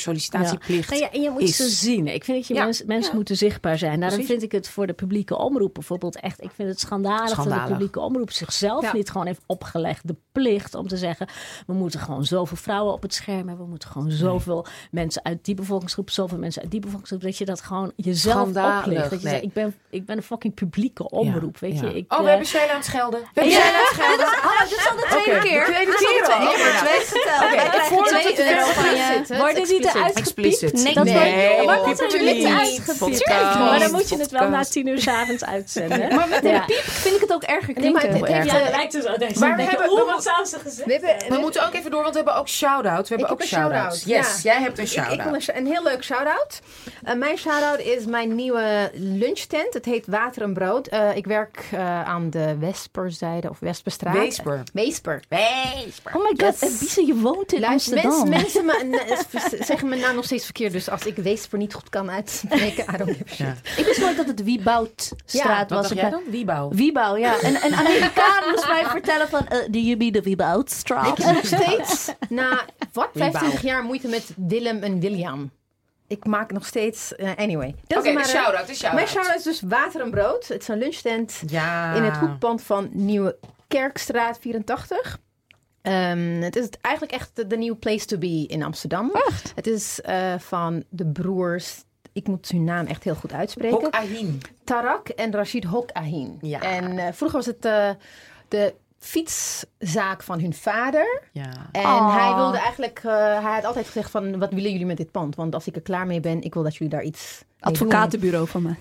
sollicitatieplicht ja. Nou ja, en je moet is. ze zien. Ik vind dat je Ja. mensen, mensen Ja. moeten zichtbaar zijn. Daarom Precies. vind ik het voor de publieke omroep bijvoorbeeld echt... Ik vind het schandalig, Schandalig. dat de publieke omroep zichzelf Ja. niet gewoon heeft opgelegd. De plicht om te zeggen, we moeten gewoon zoveel vrouwen op het scherm hebben. We moeten gewoon zoveel mensen uit die bevolkingsgroep, zoveel mensen uit die bevolkingsgroep. Dat je dat gewoon jezelf Schandalig, oplegt. Dat je nee. zegt, ik ben, ik ben een fucking publieke omroep, Ja, weet ja. je. Ik, oh, we uh, hebben Sheila aan het schelden. We hebben Ja. Sheila aan het schelden. Oh, dit is al de tweede Oké, keer. de tweede Dit is al keer de al. tweede keer. Oké, Wij vertellen. Oké, Wij krijgen voordat twee het euro weer van je. explicit. Worden die Explicit. eruit Explicit. gepiept? Nee, Dat nee. wordt- Nee, maar piep dat het wordt niet niet. uitgepiept. Podcast. Maar dan moet je het wel na Podcast. tien uur 's avonds uitzenden. Maar met een Ja. piep vind ik het ook erger Nee, maar klinken. het heeft, Ja, eh, dat lijkt dus ook. Maar we hebben- we- wat zou ze gezegd we hebben, We moeten ook even door, want we hebben ook shout-out. We hebben Ik ook heb een shout-outs. shout-out, Yes, ja. jij hebt een Ik, ik shout-out. wil een, sh- een heel leuk shout-out. Uh, mijn shout-out is mijn nieuwe lunchtent. Het heet Water en Brood. Uh, ik werk uh, aan de Wesperzijde of Wesperstraat. Weesper. Weesper. Weesper. Oh my god, Yes. Biese, je woont in Luister, Amsterdam. mensen, mensen me, n- zeggen mijn naam nog steeds verkeerd. Dus als ik Weesper niet goed kan uitspreken, I don't give a shit. Ja. Ik wist nooit dat het Wieboudstraat Wat was. dacht Ik jij ben- dan? Wiebouw. Wiebouw, ja. En een Amerikaan moest mij vertellen van... Uh, do you mean the Wieboudstraat? Ik heb nog steeds, na wat, Wiebouw. vijfentwintig jaar moeite met Willem en William. Ik maak nog steeds... uh, anyway. Dat Oké, is de maar, uh, shout-out, de shout-out. Mijn shout-out is dus Water en Brood. Het is een lunchtent Ja. in het hoekpand van Nieuwe Kerkstraat vierentachtig. Um, het is eigenlijk echt de, de nieuwe place to be in Amsterdam. Echt? Het is uh, van de broers... Ik moet hun naam echt heel goed uitspreken. Hok Ahin. Tarak en Rashid Hok Ahin. Ja. En uh, vroeger was het uh, de fietszaak van hun vader. Ja. En Oh. hij wilde eigenlijk... Uh, hij had altijd gezegd van... Wat willen jullie met dit pand? Want als ik er klaar mee ben... Ik wil dat jullie daar iets mee doen. Advocatenbureau van me.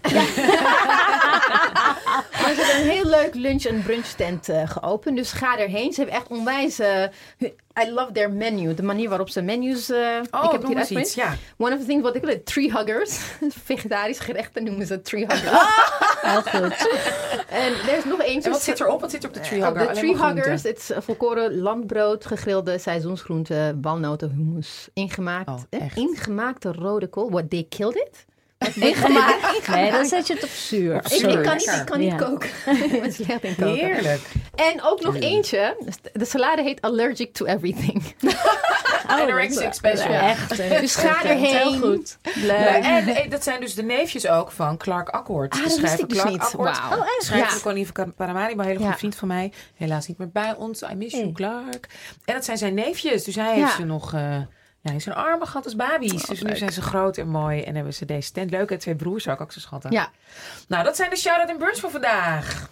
Maar ze hebben een heel leuk lunch- en brunchtent uh, geopend. Dus ga erheen. Ze hebben echt onwijs... Uh, I love their menu. De manier waarop ze menus... Uh, Oh, ik heb noem het eens hier iets. Ja. One of the things wat ik wil... Tree huggers. Vegetarisch gerechten noemen ze tree huggers. Heel goed. En er is nog eentje. En wat zit erop? Wat zit er op de tree Op hugger? de Alleen tree maar huggers, groenten. het is volkoren landbrood, gegrilde seizoensgroenten, walnoten, hummus, ingemaakt, Oh, eh, echt? ingemaakte rode kool. What, they killed it? Ingemaakt. Nee, dan zet je het op zuur. Op Ik, zuur. ik kan niet, ik kan niet Ja. koken. Ik ben slecht in koken. Heerlijk. En ook nog eentje. De salade heet Allergic to Everything. Anorexic special. Ja, echt. hè. Dus ga Oké, erheen. Heel goed. Ja, en eh, dat zijn dus de neefjes ook van Clark Akkord. Ah, de dat wist schrijver ik dus Clark niet. Akkord. Wauw. Oh, echt? Schrijver Ja. van Koningin van Paramaribo, een hele goede Ja. vriend van mij. Helaas niet meer bij ons. I miss you, Hey. Clark. En dat zijn zijn neefjes. Dus hij Ja. heeft ze nog... uh, ja, hij heeft zijn armen gehad als baby's. dus nu leuk. zijn ze groot en mooi. En hebben ze deze tent. Leuk. En twee broers ook, ook zo schattig. Ja. Nou, dat zijn de shout-out en brunch voor vandaag.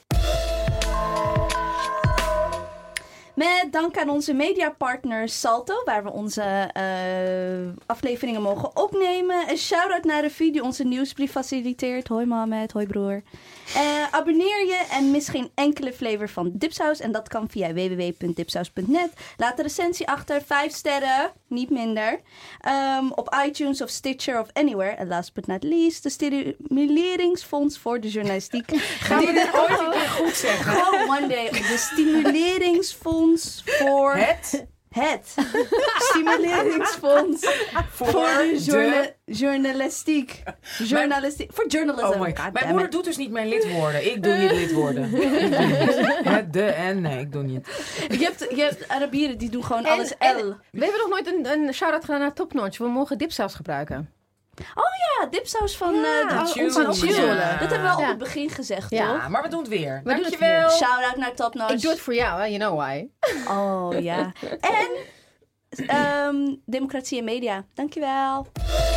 Met dank aan onze mediapartner Salto, waar we onze uh, afleveringen mogen opnemen. Een shout-out naar Revue die onze nieuwsbrief faciliteert. Hoi Mohamed, hoi broer. Uh, abonneer je en mis geen enkele flavor van Dipsaus. En dat kan via w w w punt dipsaus punt net. Laat een recensie achter, vijf sterren, niet minder. Um, op iTunes of Stitcher of anywhere. En last but not least, de Stimuleringsfonds voor de Journalistiek. Gaan we dit ooit een keer goed zeggen? Gewoon one day. De Stimuleringsfonds voor... Het Het Stimuleringsfonds voor, voor de journa- de... journalistiek. Journalistiek. Voor journalism. Oh my. God Mijn damn moeder it. doet dus niet mijn lidwoorden. Ik doe niet lidwoorden. Ik doe niet. Het, de en nee, ik doe niet. Je hebt, je hebt Arabieren die doen gewoon En- alles en- L. We hebben nog nooit een, een shout-out gedaan naar Top Notch. We mogen dipsaus gebruiken. Ja, dipsaus van Ja, uh, de, Tune. onze Tune. Ja. Dat hebben we al Ja. op het begin gezegd, Ja. toch? Ja, maar we doen het weer. We doen het Dankjewel. Shout-out naar Top Notch. Ik doe het voor jou, hè? You know why. Oh, ja. En um, democratie en media. Dankjewel.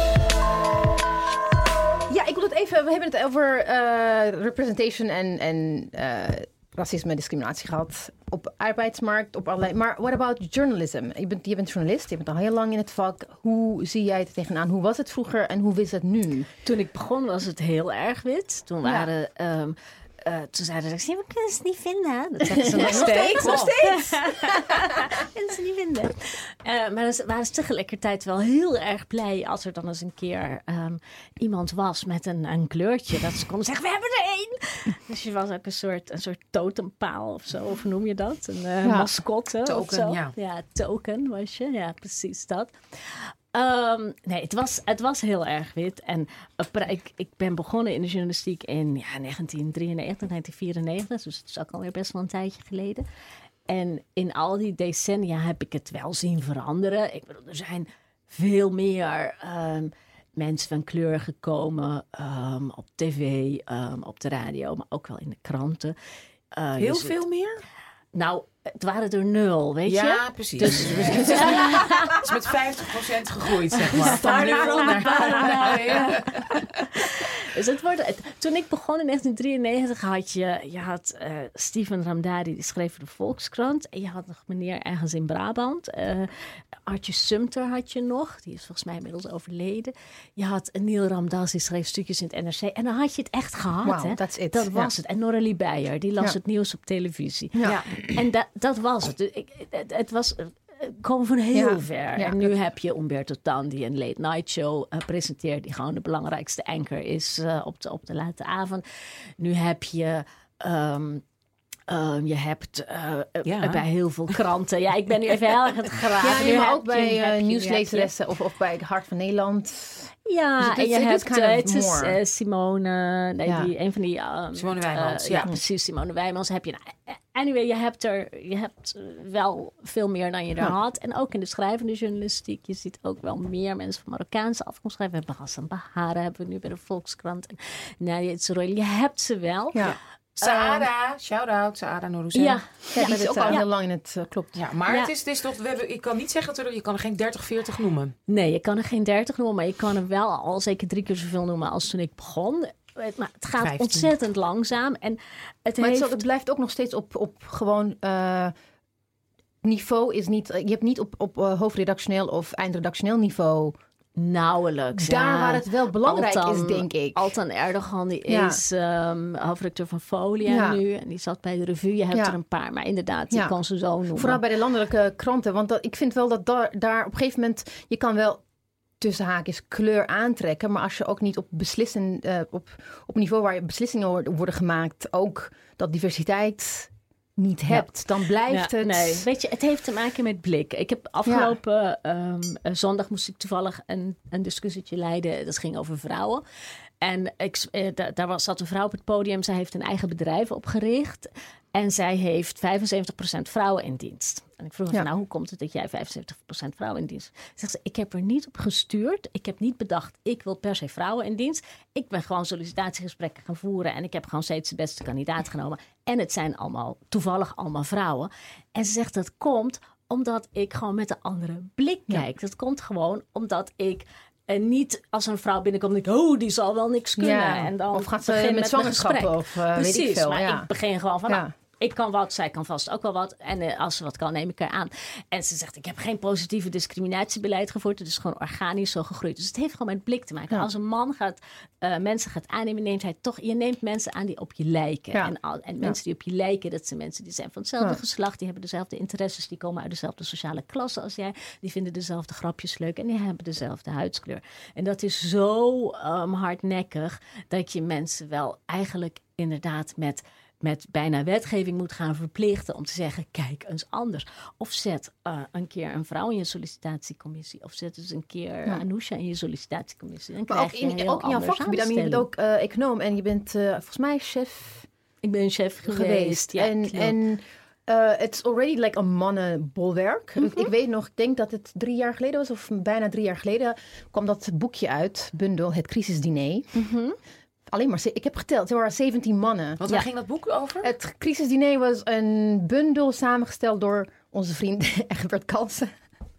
Ja, ik wil het even... We hebben het over uh, representation en, en uh, racisme en discriminatie gehad. Op arbeidsmarkt, op allerlei... Maar what about journalism? Je bent, je bent journalist, je bent al heel lang in het vak. Hoe zie jij het tegenaan? Hoe was het vroeger en hoe is het nu? Toen ik begon was het heel erg wit. Toen Ja. waren... Um, uh, toen zeiden ze, we kunnen ze niet vinden. Dat zeggen ze nog Nog steeds. steeds, nog steeds. kunnen ze niet vinden. Uh, maar ze waren ze tegelijkertijd wel heel erg blij als er dan eens een keer um, iemand was met een, een kleurtje. Dat ze konden zeggen, we hebben er één. Dus je was ook een soort, een soort totempaal of zo. Of hoe noem je dat? Een uh, Ja. mascotte Token, of zo. ja. Ja, token was je. Ja, precies dat. Um, nee, het was, het was heel erg wit. En uh, ik, ik ben begonnen in de journalistiek in ja, negentien drieënnegentig, negentien vierennegentig. Dus het is ook alweer best wel een tijdje geleden. En in al die decennia heb ik het wel zien veranderen. Ik bedoel, er zijn veel meer um, mensen van kleur gekomen um, op tv, um, op de radio, maar ook wel in de kranten. Uh, Heel dus veel het, meer? Nou, het waren er nul, weet ja, je? Ja, precies. Dus, dus het, is, het is met vijftig procent gegroeid, zeg maar. Van nul naar... Ja. Dus het wordt, het, toen ik begon in negentien drieënnegentig had je, je had uh, Steven Ramdari, die schreef voor de Volkskrant. En je had nog meneer ergens in Brabant. Uh, Artje Sumter had je nog. Die is volgens mij inmiddels overleden. Je had Neil Ramdas, die schreef stukjes in het N R C. En dan had je het echt gehad. Wow, hè? That's it. Dat was ja. het. En Noralie Beyer, die las ja. het nieuws op televisie. Ja. Ja. En da, dat was het. Ik, het, het was... komen van heel ja, ver. Ja, en nu dat... heb je Umberto Tan die een late night show uh, presenteert, die gewoon de belangrijkste anchor is uh, op, de, op de late avond. Nu heb je... Um, Uh, je hebt uh, ja. bij heel veel kranten... Ja, ik ben nu even heel erg het graven. Ja, maar ook bij uh, nieuwslezeressen of, of bij het Hart van Nederland. Ja, dus en je hebt kind of het is, uh, Simone... Nee, ja. die, een van die... Um, Simone Wijmans. Uh, ja, ja, precies. Simone Wijmans heb je... Nou, anyway, je hebt er je hebt wel veel meer dan je er ja. had. En ook in de schrijvende journalistiek. Je ziet ook wel meer mensen van Marokkaanse afkomst schrijven. We hebben Hassan Bahara, hebben we nu bij de Volkskrant. En Nadia Itzroeli. Je hebt ze wel. Ja. Saada, um, shout-out, Saada Norouzen. Ja, ja, dat is ook al heel lang in het uh, klopt. Ja, maar ja. Het, is, het is toch, we hebben, ik kan niet zeggen dat er, je kan er geen dertig, veertig noemen. Nee, je kan er geen dertig noemen, maar je kan er wel al zeker drie keer zoveel noemen als toen ik begon. Maar het gaat vijftien. Ontzettend langzaam. En het, maar heeft... het, het blijft ook nog steeds op, op gewoon... Uh, niveau is niet... Je hebt niet op, op uh, hoofdredactioneel of eindredactioneel niveau... Nauwelijks. Daar ja. waar het wel belangrijk Altan, is, denk ik. Altan Erdogan, die ja. is um, hoofdredacteur van Folia ja. nu. En die zat bij de revue. Je hebt ja. er een paar, maar inderdaad, je ja. kan ze zo noemen. Vooral bij de landelijke kranten. Want dat, ik vind wel dat daar, daar op een gegeven moment... Je kan wel tussen haakjes kleur aantrekken. Maar als je ook niet op beslissen... Uh, op, op een niveau waar beslissingen worden gemaakt... ook dat diversiteit... niet hebt, ja. dan blijft ja, het... Nee, weet je, het heeft te maken met blik. Ik heb afgelopen ja. um, zondag moest ik toevallig een, een discussietje leiden. Dat ging over vrouwen. En ik, eh, daar, daar was, zat een vrouw op het podium. Zij heeft een eigen bedrijf opgericht. En zij heeft vijfenzeventig procent vrouwen in dienst. En ik vroeg haar, ja. nou, hoe komt het dat jij vijfenzeventig procent vrouwen in dienst? Zegt ze, ik heb er niet op gestuurd. Ik heb niet bedacht, ik wil per se vrouwen in dienst. Ik ben gewoon sollicitatiegesprekken gaan voeren. En ik heb gewoon steeds de beste kandidaat genomen. En het zijn allemaal, toevallig allemaal vrouwen. En ze zegt, dat komt omdat ik gewoon met een andere blik kijk. Ja. Dat komt gewoon omdat ik... En niet als een vrouw binnenkomt en ik, oh, die zal wel niks kunnen. Ja, en dan of gaat ze met, met zwangerschappen of uh, Precies, weet ik veel. Maar ja. ik begin gewoon van, ja. nou, ik kan wat, zij kan vast ook wel wat. En uh, als ze wat kan, neem ik haar aan. En ze zegt, ik heb geen positieve discriminatiebeleid gevoerd. Het is gewoon organisch zo gegroeid. Dus het heeft gewoon met blik te maken. Ja. Als een man gaat, uh, mensen gaat aannemen, neemt hij toch, je neemt mensen aan die op je lijken. Ja. En, al, en mensen ja. die op je lijken, dat zijn mensen die zijn van hetzelfde ja. geslacht. Die hebben dezelfde interesses, die komen uit dezelfde sociale klasse als jij. Die vinden dezelfde grapjes leuk en die hebben dezelfde huidskleur. En dat is zo um, hardnekkig dat je mensen wel eigenlijk inderdaad met... met bijna wetgeving moet gaan verplichten om te zeggen, kijk eens anders. Of zet uh, een keer een vrouw in je sollicitatiecommissie. Of zet eens een keer ja. Anousha in je sollicitatiecommissie. Dan maar ook in, ook in jouw vakgebied, je bent ook uh, econoom en je bent uh, volgens mij chef... Ik ben chef geweest, geweest. ja. En, en it's uh, already like a mannenbolwerk. Mm-hmm. Ik, ik weet nog, ik denk dat het drie jaar geleden was, of bijna drie jaar geleden, kwam dat boekje uit, bundel, Het Crisisdiner. Mm-hmm. Alleen maar, ik heb geteld, er waren zeventien mannen. Wat, waar ja. ging dat boek over? Het Crisisdiner was een bundel samengesteld door onze vriend Egbert Kalsen.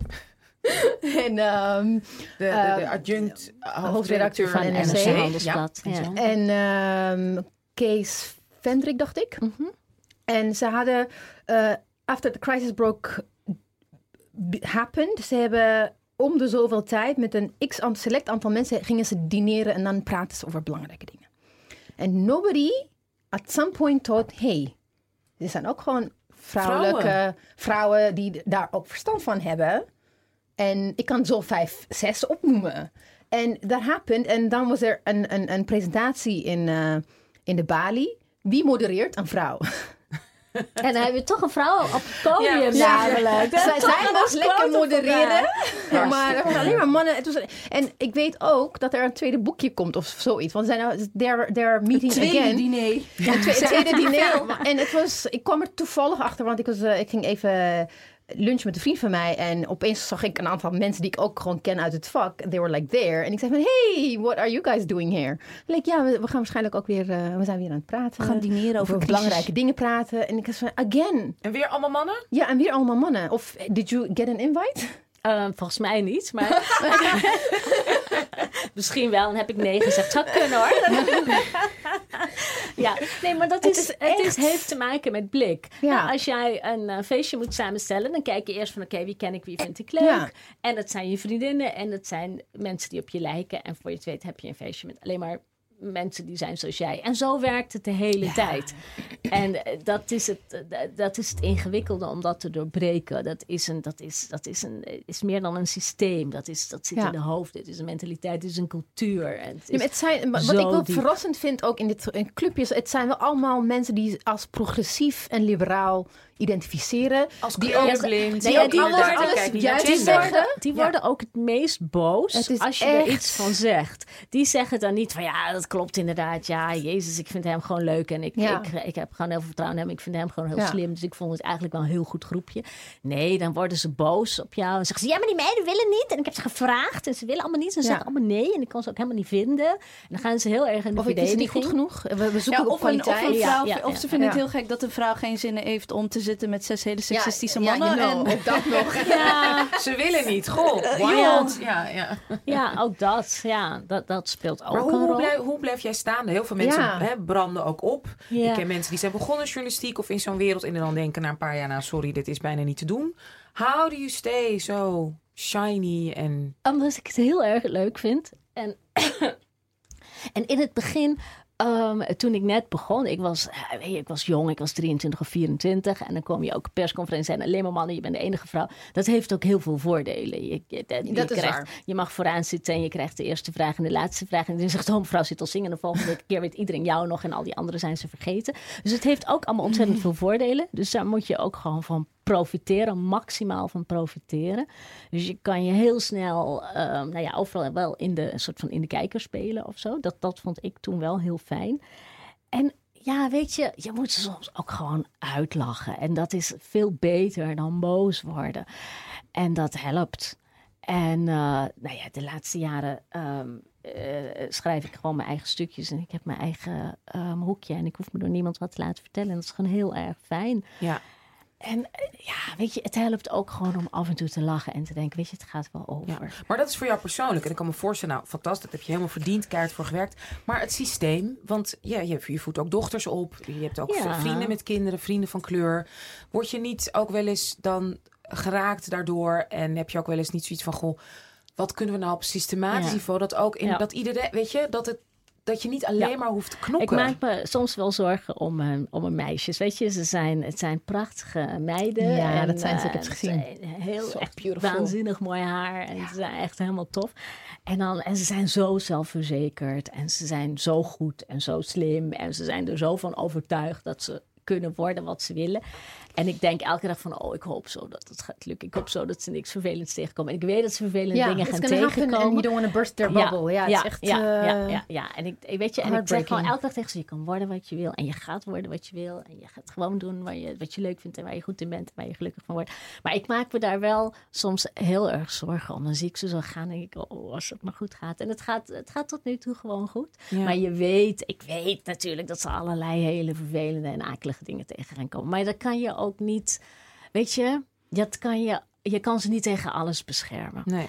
en um, de, de, de adjunct uh, hoofdredacteur van N R C. Handelsblad. Ja. Ja. En um, Kees Vendrik, dacht ik. Mm-hmm. En ze hadden, uh, after the crisis broke happened, ze hebben... om de zoveel tijd met een x select aantal mensen gingen ze dineren en dan praten ze over belangrijke dingen. En nobody at some point thought, hey, er zijn ook gewoon vrouwelijke vrouwen, vrouwen die daar ook verstand van hebben. En ik kan zo vijf, zes opnoemen. En dat happened. En dan was er een, een, een presentatie in, uh, in de Bali. Wie modereert? Een vrouw. En dan heb je toch een vrouw op het podium. Ja, namelijk. Ja. Zij, zij was lekker modereren. Ja, maar er waren alleen maar mannen. Het was, en ik weet ook dat er een tweede boekje komt of zoiets. Want zijn nou, they're, they're meeting tweede again. Diner. Ja, een tweede, tweede diner. En het was, ik kwam er toevallig achter, want ik, was, uh, ik ging even lunchen met een vriend van mij. En opeens zag ik een aantal mensen die ik ook gewoon ken uit het vak. They were like there. En ik zei van, hey, what are you guys doing here? Like, ja, we, we gaan waarschijnlijk ook weer, uh, we zijn weer aan het praten. We gaan dineren over, over belangrijke dingen praten. En ik was van, again. En weer allemaal mannen? Ja, en weer allemaal mannen. Of, did you get an invite? Uh, volgens mij niet, maar... Misschien wel, dan heb ik nee gezegd. Zou kunnen hoor. Ja, nee, maar dat is, het, is het is, heeft te maken met blik. Ja. Nou, als jij een uh, feestje moet samenstellen, dan kijk je eerst van oké, okay, wie ken ik, wie vind ik leuk. Ja. En dat zijn je vriendinnen en dat zijn mensen die op je lijken. En voor je het weet heb je een feestje met alleen maar mensen die zijn zoals jij. En zo werkt het de hele ja. tijd. En uh, dat, is het, uh, dat is het ingewikkelde om dat te doorbreken. Dat is, een, dat is, dat is, een, is meer dan een systeem. Dat, is, dat zit ja. in de hoofd. Dit is een mentaliteit, dit is een cultuur. En het, is ja, het zijn, wat ik wel diep. verrassend vind ook in dit in clubjes, het zijn wel allemaal mensen die als progressief en liberaal identificeren. Als die ook blind. Die, die, die, alles, alles, ja, die, worden, die worden ja. ook het meest boos als je echt... er iets van zegt. Die zeggen dan niet van ja, dat klopt inderdaad. Ja, Jezus, ik vind hem gewoon leuk. En ik, ja. ik, ik heb gewoon heel veel vertrouwen in hem. Ik vind hem gewoon heel ja. slim. Dus ik vond het eigenlijk wel een heel goed groepje. Nee, dan worden ze boos op jou. En zeggen ze, ja, maar die meiden willen niet. En ik heb ze gevraagd. En ze willen allemaal niet. En ze ja. zeggen allemaal nee. En ik kon ze ook helemaal niet vinden. En dan gaan ze heel erg in de of verdediging. Of is het niet goed genoeg? We, we zoeken ja, op of kwaliteit. Een, of, een vrouw, ja, ja, of ze ja. vinden ja. het heel gek dat een vrouw geen zin heeft om te zitten met zes hele seksistische ja, mannen. Ja, you know, en dat nog. Ja. Ze willen niet. Goh, wild. Ja, ja. ja, ook dat. Ja, dat, dat speelt ook maar hoe, een rol. Blijf, hoe blijf jij staan? Heel veel mensen ja. hè, branden ook op. Ja. Ik ken mensen die zijn begonnen in journalistiek of in zo'n wereld en dan denken na een paar jaar, nou sorry, dit is bijna niet te doen. How do you stay so shiny en... Omdat ik het heel erg leuk vind. En, en in het begin... Um, toen ik net begon, ik was, uh, ik was jong, ik was drieëntwintig of vierentwintig. En dan kom je ook op persconferentie en alleen maar mannen, je bent de enige vrouw. Dat heeft ook heel veel voordelen. Je, je, je, je, dat krijgt, is waar. Je mag vooraan zitten en je krijgt de eerste vraag en de laatste vraag. En dan zegt, oh mevrouw zit al zingen. En de volgende keer weet iedereen jou nog en al die anderen zijn ze vergeten. Dus het heeft ook allemaal ontzettend veel voordelen. Dus daar moet je ook gewoon van profiteren, maximaal van profiteren. Dus je kan je heel snel, um, nou ja, overal wel in de een soort van in de kijker spelen of zo. Dat, dat vond ik toen wel heel fijn. En ja, weet je, je moet ze soms ook gewoon uitlachen. En dat is veel beter dan boos worden. En dat helpt. En uh, nou ja, de laatste jaren um, uh, schrijf ik gewoon mijn eigen stukjes. En ik heb mijn eigen um, hoekje. En ik hoef me door niemand wat te laten vertellen. En dat is gewoon heel erg fijn. Ja. En ja, weet je, het helpt ook gewoon om af en toe te lachen en te denken, weet je, het gaat wel over. Ja, maar dat is voor jou persoonlijk. En ik kan me voorstellen, nou, fantastisch, dat heb je helemaal verdiend, keihard voor gewerkt. Maar het systeem, want ja, je, je voedt ook dochters op. Je hebt ook ja. vrienden met kinderen, vrienden van kleur. Word je niet ook wel eens dan geraakt daardoor? En heb je ook wel eens niet zoiets van, goh, wat kunnen we nou op systematisch ja. niveau? Dat ook in, ja. dat iedereen, weet je, dat het dat je niet alleen ja. maar hoeft te knokken. Ik maak me soms wel zorgen om, uh, om mijn meisjes. Weet je, ze zijn, het zijn prachtige meiden. Ja, en, dat zijn ze. Ik heb uh, het gezien. Heel echt waanzinnig mooi haar. En ja. ze zijn echt helemaal tof. En, dan, en ze zijn zo zelfverzekerd. En ze zijn zo goed en zo slim. En ze zijn er zo van overtuigd dat ze kunnen worden wat ze willen. En ik denk elke dag van, oh, ik hoop zo dat het gaat lukken. Ik hoop zo dat ze niks vervelends tegenkomen. En ik weet dat ze vervelende ja, dingen gaan tegenkomen. En you don't want to burst their bubble. Ja, ja, het is echt... Ja, uh, ja, ja, ja. En ik, weet je, en ik zeg gewoon elke dag tegen ze, je kan worden wat je wil. En je gaat worden wat je wil. En je gaat gewoon doen waar je, wat je leuk vindt en waar je goed in bent. En waar je gelukkig van wordt. Maar ik maak me daar wel soms heel erg zorgen om. Dan zie ik ze zo gaan en denk ik, oh, als het maar goed gaat. En het gaat, het gaat tot nu toe gewoon goed. Ja. Maar je weet, ik weet natuurlijk dat ze allerlei hele vervelende en akelige dingen tegen gaan komen. Maar dat kan je ook niet... Weet je, dat kan je, je kan ze niet tegen alles beschermen. Nee.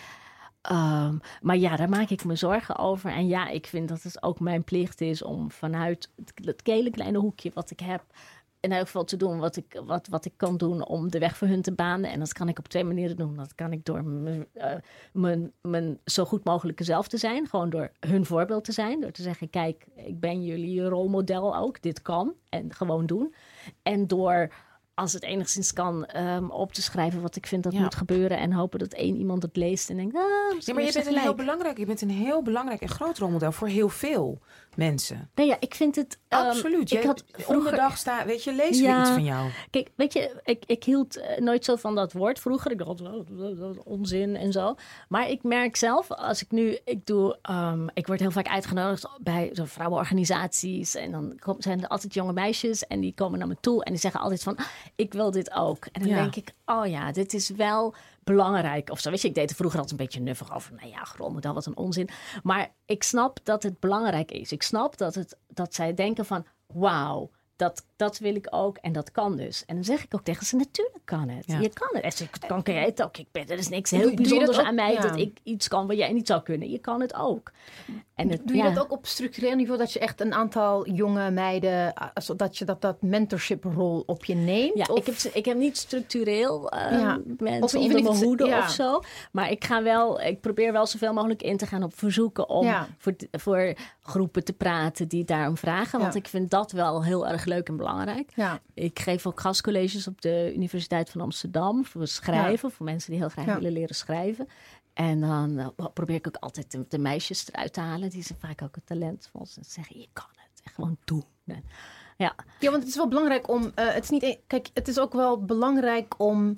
Um, maar ja, daar maak ik me zorgen over. En ja, ik vind dat het ook mijn plicht is om vanuit het, het hele kleine hoekje wat ik heb... in elk geval te doen wat ik, wat, wat ik kan doen om de weg voor hun te banen. En dat kan ik op twee manieren doen. Dat kan ik door mijn, uh, mijn, mijn zo goed mogelijke zelf te zijn. Gewoon door hun voorbeeld te zijn. Door te zeggen, kijk, ik ben jullie rolmodel ook. Dit kan. En gewoon doen. En door... als het enigszins kan, um, op te schrijven wat ik vind dat ja. moet gebeuren. En hopen dat één iemand het leest en denkt... Ah, ja, maar je bent, een heel belangrijk, je bent een heel belangrijk en groot rolmodel voor heel veel mensen. Nee, ja, ik vind het... Um, Absoluut. Ik had vroeger... Onderdag staan, weet je, lees ja, weer iets van jou. Kijk, weet je, ik, ik hield uh, nooit zo van dat woord vroeger. Ik dacht, oh, onzin en zo. Maar ik merk zelf, als ik nu... Ik doe, um, ik word heel vaak uitgenodigd bij zo vrouwenorganisaties. En dan kom, zijn er altijd jonge meisjes en die komen naar me toe. En die zeggen altijd van... ik wil dit ook. En dan ja. denk ik, oh ja, dit is wel belangrijk. Of zo, weet je, ik deed er vroeger altijd een beetje nuffig over. Nou ja, grommel, wat een onzin. Maar ik snap dat het belangrijk is. Ik snap dat, het, dat zij denken van, wauw, dat, dat wil ik ook en dat kan dus. En dan zeg ik ook tegen ze, natuurlijk kan het. Ja. Je kan het. En ze kan, kan jij het ook. Ik ben, er is niks heel bijzonders aan mij ja. dat ik iets kan wat jij niet zou kunnen. Je kan het ook. En het, Doe je ja. dat ook op structureel niveau? Dat je echt een aantal jonge meiden, dat je dat, dat mentorship rol op je neemt? Ja, of? Ik, heb, ik heb niet structureel uh, ja. mensen of onder mijn hoede ja. of zo. Maar ik ga wel, ik probeer wel zoveel mogelijk in te gaan op verzoeken om ja. voor, voor groepen te praten die daarom vragen. Want ja. ik vind dat wel heel erg leuk en belangrijk. Ja. Ik geef ook gastcolleges op de Universiteit van Amsterdam voor schrijven. Ja. Voor mensen die heel graag ja. willen leren schrijven. En dan uh, probeer ik ook altijd de, de meisjes eruit te halen. Die zijn vaak ook een talentvol. En zeggen, je kan het. En gewoon doen. En, ja. ja, want het is wel belangrijk om... Uh, het is niet, kijk, het is ook wel belangrijk om...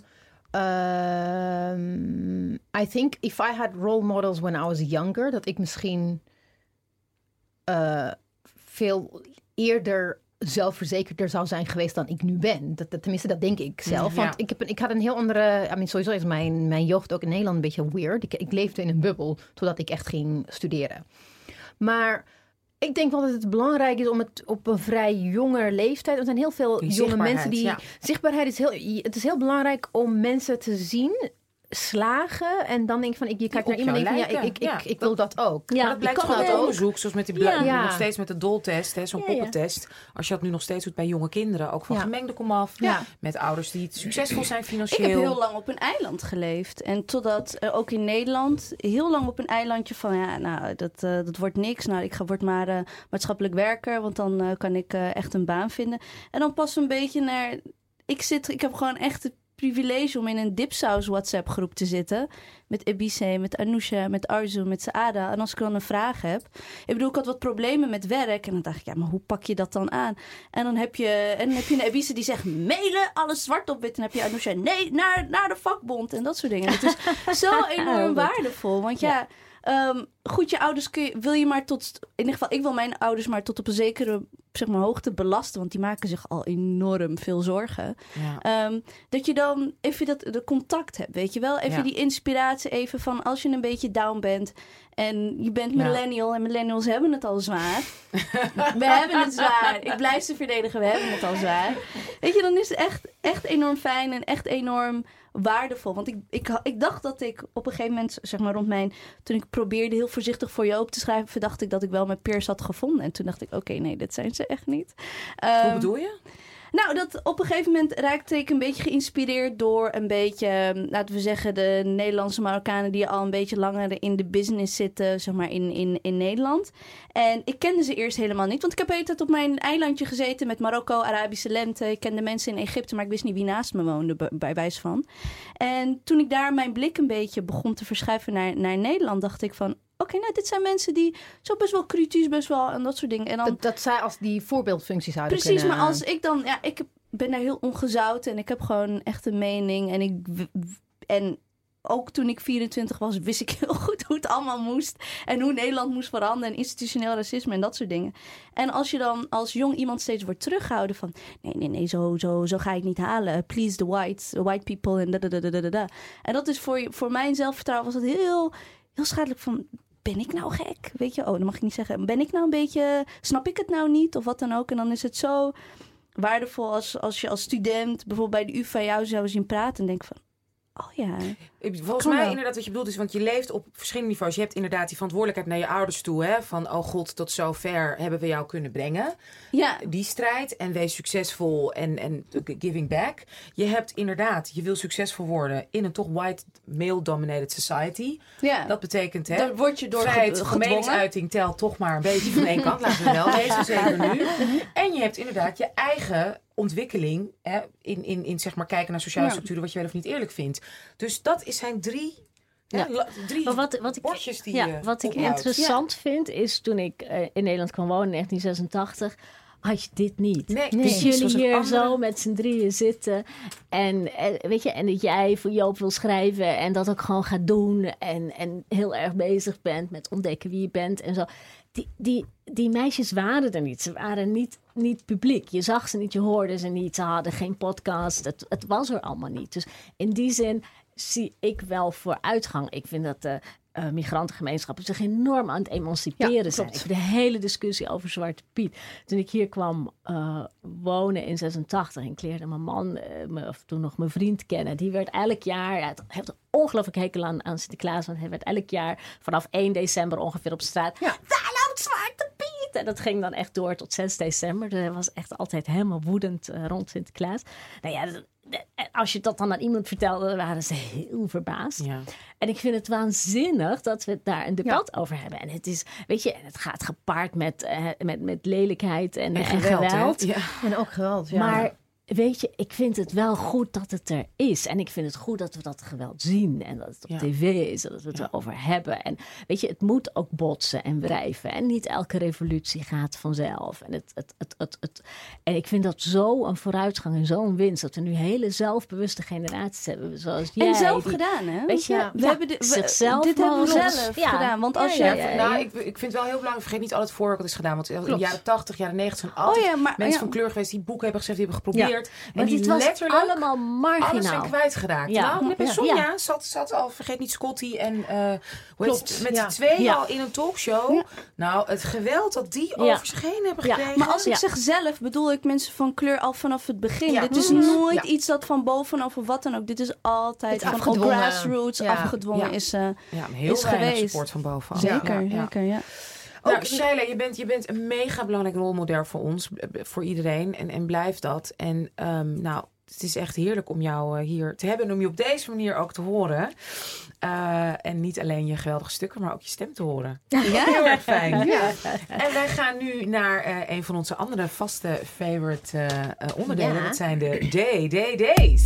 Uh, I think if I had role models when I was younger... dat ik misschien uh, veel eerder... zelfverzekerder zou zijn geweest dan ik nu ben. Dat, dat, tenminste, dat denk ik zelf. Want ja. ik, heb een, ik had een heel andere... I mean, sowieso is mijn, mijn jeugd ook in Nederland een beetje weird. Ik, ik leefde in een bubbel totdat ik echt ging studeren. Maar ik denk wel dat het belangrijk is om het op een vrij jonge leeftijd... Er zijn heel veel jonge mensen die... Ja. Zichtbaarheid is heel... Het is heel belangrijk om mensen te zien... slagen en dan denk ik van ik je kijkt naar iemand en denk van ja, ik, ik, ja, ik, ik wil dat ook. Ja, maar dat blijkt gewoon uit onderzoek, zoals met die bla- ja. Ja. nog steeds met de doltest, hè, zo'n ja, poppentest. Als je dat nu nog steeds doet bij jonge kinderen, ook van ja. gemengde komaf, ja. met ouders die succesvol zijn financieel. Ik heb heel lang op een eiland geleefd en totdat uh, ook in Nederland heel lang op een eilandje van ja, nou dat, uh, dat wordt niks. Nou, ik ga word maar uh, maatschappelijk werker, want dan uh, kan ik uh, echt een baan vinden. En dan pas een beetje naar ik zit, ik heb gewoon echt het privilege om in een dipsaus WhatsApp groep te zitten. Met Ebise, met Anousha, met Arzu, met Saada. En als ik dan een vraag heb. Ik bedoel, ik had wat problemen met werk. En dan dacht ik, ja, maar hoe pak je dat dan aan? En dan heb je, en dan heb je een Ebise die zegt, mailen, alles zwart op wit. En dan heb je Anousha, nee, naar, naar de vakbond. En dat soort dingen. Het is zo enorm waardevol. Want ja... ja Um, goed, je ouders kun je, wil je maar tot... In ieder geval, ik wil mijn ouders maar tot op een zekere zeg maar, hoogte belasten. Want die maken zich al enorm veel zorgen. Ja. Um, dat je dan even dat, de contact hebt, weet je wel? Even ja. die inspiratie even van als je een beetje down bent... En je bent millennial ja. en millennials hebben het al zwaar. We hebben het zwaar. Ik blijf ze verdedigen, we hebben het al zwaar. Weet je, dan is het echt, echt enorm fijn en echt enorm waardevol. Want ik, ik, ik dacht dat ik op een gegeven moment, zeg maar rond mijn... Toen ik probeerde heel voorzichtig voor je op te schrijven... verdacht ik dat ik wel mijn peers had gevonden. En toen dacht ik, oké, okay, nee, dit zijn ze echt niet. Um, Hoe bedoel je? Nou, dat op een gegeven moment raakte ik een beetje geïnspireerd door een beetje, laten we zeggen, de Nederlandse Marokkanen die al een beetje langer in de business zitten, zeg maar, in, in, in Nederland. En ik kende ze eerst helemaal niet, want ik heb de hele tijd op mijn eilandje gezeten met Marokko, Arabische lente. Ik kende mensen in Egypte, maar ik wist niet wie naast me woonde, bij, bij wijze van. En toen ik daar mijn blik een beetje begon te verschuiven naar, naar Nederland, dacht ik van, oké, okay, nou, dit zijn mensen die zo best wel kritisch, best wel en dat soort dingen. En dan, dat, dat zij als die voorbeeldfuncties zouden precies, kunnen... Precies, maar als ik dan... Ja, ik ben daar heel ongezouten en ik heb gewoon echt een mening. En, ik, en ook toen ik vierentwintig was, wist ik heel goed hoe het allemaal moest. En hoe Nederland moest veranderen en institutioneel racisme en dat soort dingen. En als je dan als jong iemand steeds wordt teruggehouden van... Nee, nee, nee, zo, zo, zo ga ik niet halen. Please the whites, the white people en da, da, da, da, da, da. En dat is voor, voor mijn zelfvertrouwen was het heel, heel schadelijk van... Ben ik nou gek? Weet je, oh, dat mag ik niet zeggen. Ben ik nou een beetje... Snap ik het nou niet? Of wat dan ook. En dan is het zo waardevol als, als je als student... bijvoorbeeld bij de U vA jou zou zien praten... en denk van... Oh ja. Volgens mij wel. Inderdaad wat je bedoelt is... want je leeft op verschillende niveaus. Je hebt inderdaad die verantwoordelijkheid naar je ouders toe. Hè? Van, oh god, tot zover hebben we jou kunnen brengen. Ja. Die strijd. En wees succesvol en, en giving back. Je hebt inderdaad... Je wil succesvol worden in een toch white male-dominated society. Ja. Dat betekent... Hè, dan word je door vrijheid, gemeningsuiting telt toch maar een beetje van één kant. Laten we wel wezen, zeker nu. En je hebt inderdaad je eigen... ontwikkeling hè, in, in, in zeg maar kijken naar sociale ja. structuren wat je wel of niet eerlijk vindt. Dus dat is zijn drie, ja. hè, drie maar wat, wat ik, bordjes die ja, je Wat ophoudt. ik interessant ja. vind is toen ik uh, in Nederland kwam wonen in negentien zesentachtig had je dit niet. Nee, Dus precies, jullie hier andere... zo met z'n drieën zitten. En, en weet je, en dat jij voor Joop wil schrijven en dat ook gewoon gaat doen. En, en heel erg bezig bent met ontdekken wie je bent en zo. Die, die, die meisjes waren er niet. Ze waren niet, niet publiek. Je zag ze niet, je hoorde ze niet. Ze hadden geen podcast. Het, het was er allemaal niet. Dus in die zin zie ik wel vooruitgang. Ik vind dat de uh, migrantengemeenschappen zich enorm aan het emanciperen ja, zijn. Ik vind de hele discussie over Zwarte Piet. Toen ik hier kwam uh, wonen in zesentachtig... en ik leerde mijn man, uh, me, of toen nog mijn vriend kennen... die werd elk jaar... Ja, het heeft een ongelooflijk hekel aan, aan Sinterklaas... want hij werd elk jaar vanaf één december ongeveer op straat... Ja. Daar loopt Zwarte Piet! En dat ging dan echt door tot zes december. Dus hij was echt altijd helemaal woedend uh, rond Sinterklaas. Nou ja... Dat, als je dat dan aan iemand vertelde, dan waren ze heel verbaasd. Ja. En ik vind het waanzinnig dat we daar een debat ja. over hebben. En het is, weet je, het gaat gepaard met, uh, met, met lelijkheid en, en, en geweld. geweld. Ja. En ook geweld, ja. Maar weet je, ik vind het wel goed dat het er is. En ik vind het goed dat we dat geweld zien. En dat het op ja. tv is. Dat we het ja. erover hebben. En weet je, het moet ook botsen en wrijven. En niet elke revolutie gaat vanzelf. En, het, het, het, het, het, en ik vind dat zo een vooruitgang en zo'n winst. Dat we nu hele zelfbewuste generaties hebben. Zoals jij. En zelf die, gedaan, hè? Weet je, ja, we ja, hebben de, we, zelf dit hebben we zelf ja. gedaan. Want als ja, je... ja, ja, ja. Nou, ik, ik vind het wel heel belangrijk. Vergeet niet al het voor wat is gedaan. Want in de jaren tachtig, jaren negentig zijn altijd oh, ja, maar, mensen ja. van kleur geweest die boeken hebben geschreven, die hebben geprobeerd. Ja. En die was letterlijk allemaal marginaal. Alles zijn kwijtgeraakt. Ja. Nou, met Sonja ja. zat, zat al, vergeet niet Scotty en uh, hoe heet het, met ja. z'n tweeën ja. al in een talkshow. Ja. Nou, het geweld dat die ja. over zich heen hebben gekregen. Ja. Maar als ik ja. zeg zelf, bedoel ik mensen van kleur al vanaf het begin. Ja. Dit is mm-hmm. nooit ja. iets dat van bovenaf of wat dan ook. Dit is altijd van op grassroots ja. afgedwongen ja. is, uh, ja, heel is geweest. support van bovenaf. Zeker, ja. zeker, ja. Nou, ook, Shaila, je bent, je bent een mega belangrijk rolmodel voor ons, voor iedereen. En, en blijf dat. En um, nou, het is echt heerlijk om jou uh, hier te hebben en om je op deze manier ook te horen. Uh, en niet alleen je geweldige stukken, maar ook je stem te horen. Ja. Heel erg fijn. Ja. En wij gaan nu naar uh, een van onze andere vaste favorite uh, uh, onderdelen. Ja. Dat zijn de Day, Day, Days.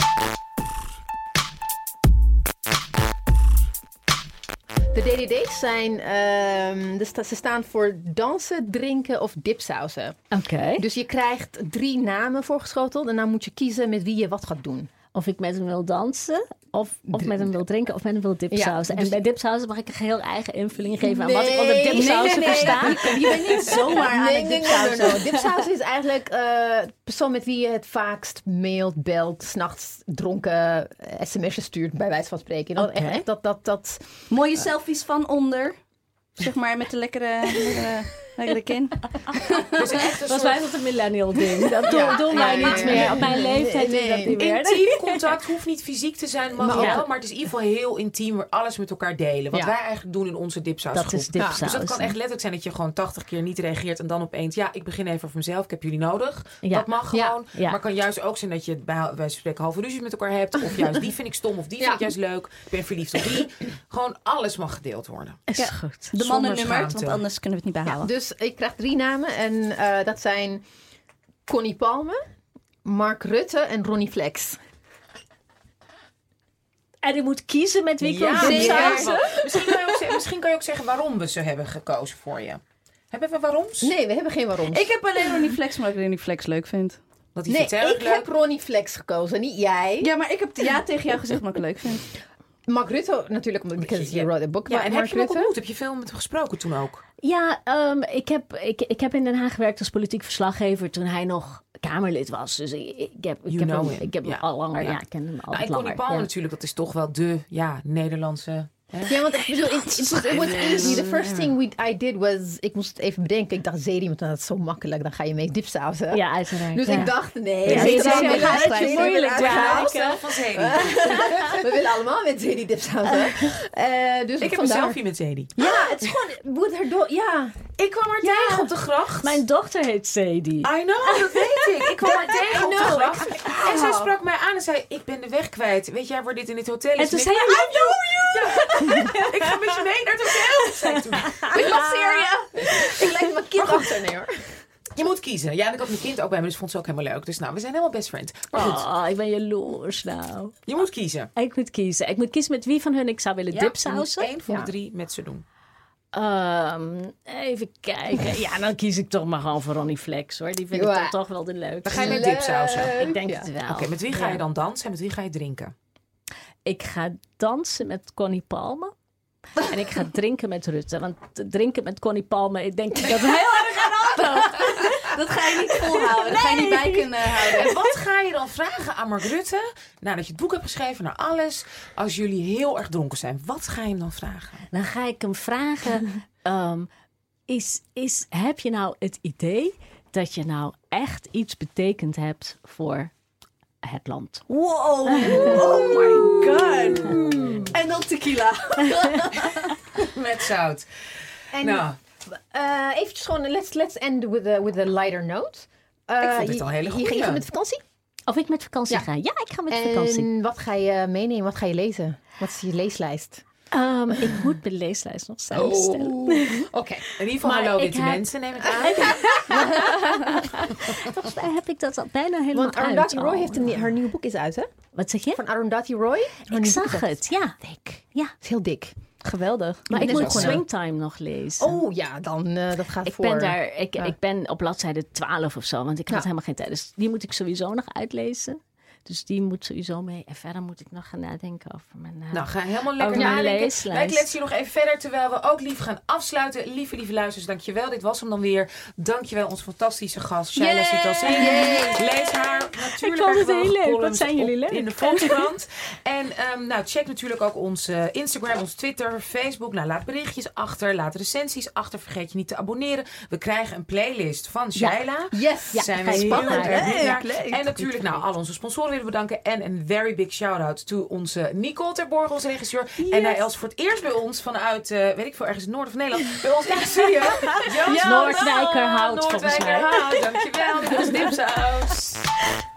De D D D's zijn, um, de, ze staan voor dansen, drinken of dipsausen. Oké. Okay. Dus je krijgt drie namen voorgeschoteld en dan moet je kiezen met wie je wat gaat doen. Of ik met hem wil dansen, of, of met hem wil drinken, of met hem wil dipsausen. Ja, dus en bij dipsausen mag ik een heel eigen invulling geven aan nee, wat ik onder dipsausen nee, nee, versta. Nee, nee, je bent niet zomaar aan nee, het dipsausen. Nee, nee, nee. Dipsausen is eigenlijk uh, de persoon met wie je het vaakst mailt, belt, 's nachts dronken sms'jes stuurt, bij wijze van spreken. Dan okay. echt dat, dat, dat, mooie uh, selfies van onder, zeg maar, met de lekkere... lekkere lekkere kin. Dus echt een was wij tot een millennial ding. Dat doen, ja, doen wij ja, niet ja, meer. Ja, op mijn leeftijd nee, nee. dat niet meer. Intiem contact hoeft niet fysiek te zijn, mag maar, wel, maar het is in ieder geval heel intiem, waar alles met elkaar delen. Wat ja. wij eigenlijk doen in onze dipsausgroep. Dat is dipsaus. Ja, dus dat kan echt letterlijk zijn dat je gewoon tachtig keer niet reageert en dan opeens, ja, ik begin even voor mezelf, ik heb jullie nodig. Ja. Dat mag gewoon. Ja. Maar kan juist ook zijn dat je bij wij spreken halve ruzies met elkaar hebt, of juist die vind ik stom, of die ja. vind ik juist leuk. Ik ben verliefd op die. Gewoon alles mag gedeeld worden. Is ja. goed. De mannennummer, want anders kunnen we het niet behalen. Ja, dus ik krijg drie namen. En uh, dat zijn Connie Palme, Mark Rutte en Ronnie Flex. En je moet kiezen met wie ik ja, wil dipsausen. Misschien, kan je ook zeggen, misschien kan je ook zeggen waarom we ze hebben gekozen voor je. Hebben we waaroms? Nee, we hebben geen waaroms. Ik heb alleen Ronnie Flex, omdat ik Ronnie Flex leuk vind. Dat nee, ik leuk. heb Ronnie Flex gekozen, niet jij. Ja, maar ik heb ja tegen jou gezegd omdat ik het leuk vind. Mark Rutte natuurlijk, omdat je yeah. wrote a book. Ja, en Mark heb je hem ook ontmoet? Heb je veel met hem gesproken toen ook? Ja, um, ik, heb, ik, ik heb in Den Haag gewerkt als politiek verslaggever toen hij nog Kamerlid was. Dus ik, ik heb, ik heb hem, ik heb hem ja. al langer. Ja, ja ik ken hem al nou, langer. En Connie Palme ja. natuurlijk, dat is toch wel de ja, Nederlandse... He? Ja, want ik bedoel, it, it, was, it was easy. The first thing we, I did was, ik moest het even bedenken. Ik dacht, Zedi, want dat is zo makkelijk. Dan ga je mee dipsausen. Ja, uiteraard. Dus ja. ik dacht, nee. Ja, Zedi, Zedi, Zedi, gaat het je moeilijk maken. Van Zedi. We willen allemaal met Zedi dipsausen. Uh, dus ik heb een selfie met Zedi. Ja, het is gewoon, moet haar door, ja. Ik kwam haar ja. tegen op de gracht. Mijn dochter heet Zedi. I know, dat weet ik. Ik kwam haar tegen op de gracht. En zij sprak mij aan en zei, ik ben de weg kwijt. Weet jij waar dit in dit hotel is? En toen zei je, I know you! Ik ga met je mee naar het hotel, zei toen. Ik was serieus. Ik lijk mijn kind achter, nee hoor. Je moet kiezen. Ja, en ik had mijn kind ook bij me, dus vond ze ook helemaal leuk. Dus nou, we zijn helemaal best friends. Maar goed. Oh, ik ben jaloers nou. Je moet kiezen. Ik moet kiezen. Ik moet kiezen met wie van hun ik zou willen ja, dipsausen. Ja, één van ja. de drie met ze doen. Um, even kijken. Ja, dan kies ik toch maar gewoon voor Ronnie Flex, hoor. Die vind ik Ja. dan toch wel de leukste. Dan ga je met dipsausen. Ik denk Ja. het wel. Oké, okay, met wie ga je Ja. dan dansen en met wie ga je drinken? Ik ga dansen met Connie Palme. En ik ga drinken met Rutte. Want drinken met Connie Palme, ik denk dat het heel erg aan afloopt. Dat ga je niet volhouden. Dat ga je niet bij kunnen houden. En wat ga je dan vragen aan Mark Rutte, nadat je het boek hebt geschreven, naar alles, als jullie heel erg dronken zijn? Wat ga je hem dan vragen? Dan ga ik hem vragen, um, is, is, heb je nou het idee dat je nou echt iets betekend hebt voor het land? Wow. Oh my god. En dan tequila. Met zout. En Nou, uh, eventjes gewoon, let's, let's end with a, with a lighter note. Uh, Ik vond dit je- al een hele je- goeie. Je gaat met vakantie? Of ik met vakantie Ja. ga? Ja, ik ga met En vakantie. wat ga je meenemen? Wat ga je lezen? Wat is je leeslijst? Um, ik moet mijn leeslijst nog samenstellen. Oké. in ieder geval Maar hallo ik witte heb- mensen, neem ik aan. Volgens mij heb ik dat al bijna helemaal Want uit. Arundhati Roy al. heeft een, haar nieuwe boek is uit, hè? Wat zeg je? Van Arundhati Roy. Haar Ik nieuwe boek zag is uit. het, ja. Dik. Ja. Het is heel dik. Geweldig. Maar ben ik dus moet ook gewoon- Swingtime nog lezen. Oh ja, dan uh, dat gaat Ik voor. ben daar, ik, Ja. ik ben op bladzijde twaalf of zo, want ik had Ja. helemaal geen tijd. Dus die moet ik sowieso nog uitlezen. Dus die moet sowieso mee. En verder moet ik nog gaan nadenken over mijn... Uh, Nou, ga helemaal lekker Over mijn nadenken. leeslijst. Wij kletsen hier nog even verder, terwijl we ook lief gaan afsluiten. Lieve, lieve luisteraars, dankjewel. Dit was hem dan weer. Dankjewel, onze fantastische gast, Shaila Sitalsing. Lees haar natuurlijk. Ik vond het haar heel leuk. columns Wat zijn jullie op- leuk. In de Volkskrant. En um, nou, check natuurlijk ook onze Instagram, ons Twitter, Facebook. Nou, laat berichtjes achter, laat recensies achter. Vergeet je niet te abonneren. We krijgen een playlist van Shaila. Yes. Ja, zijn we ga je heel spannend, erg hè? benieuwd naar. Leuk, leuk. En natuurlijk nou, al onze sponsoren willen bedanken. En een very big shout-out to onze Nicole Terborg, onze regisseur. En naar Els voor het eerst bij ons vanuit, uh, weet ik veel, ergens in het noorden van Nederland. Bij ons in de studio. Noordwijkerhout, volgens mij. Noordwijkerhout, dankjewel. Dit was Dipsaus.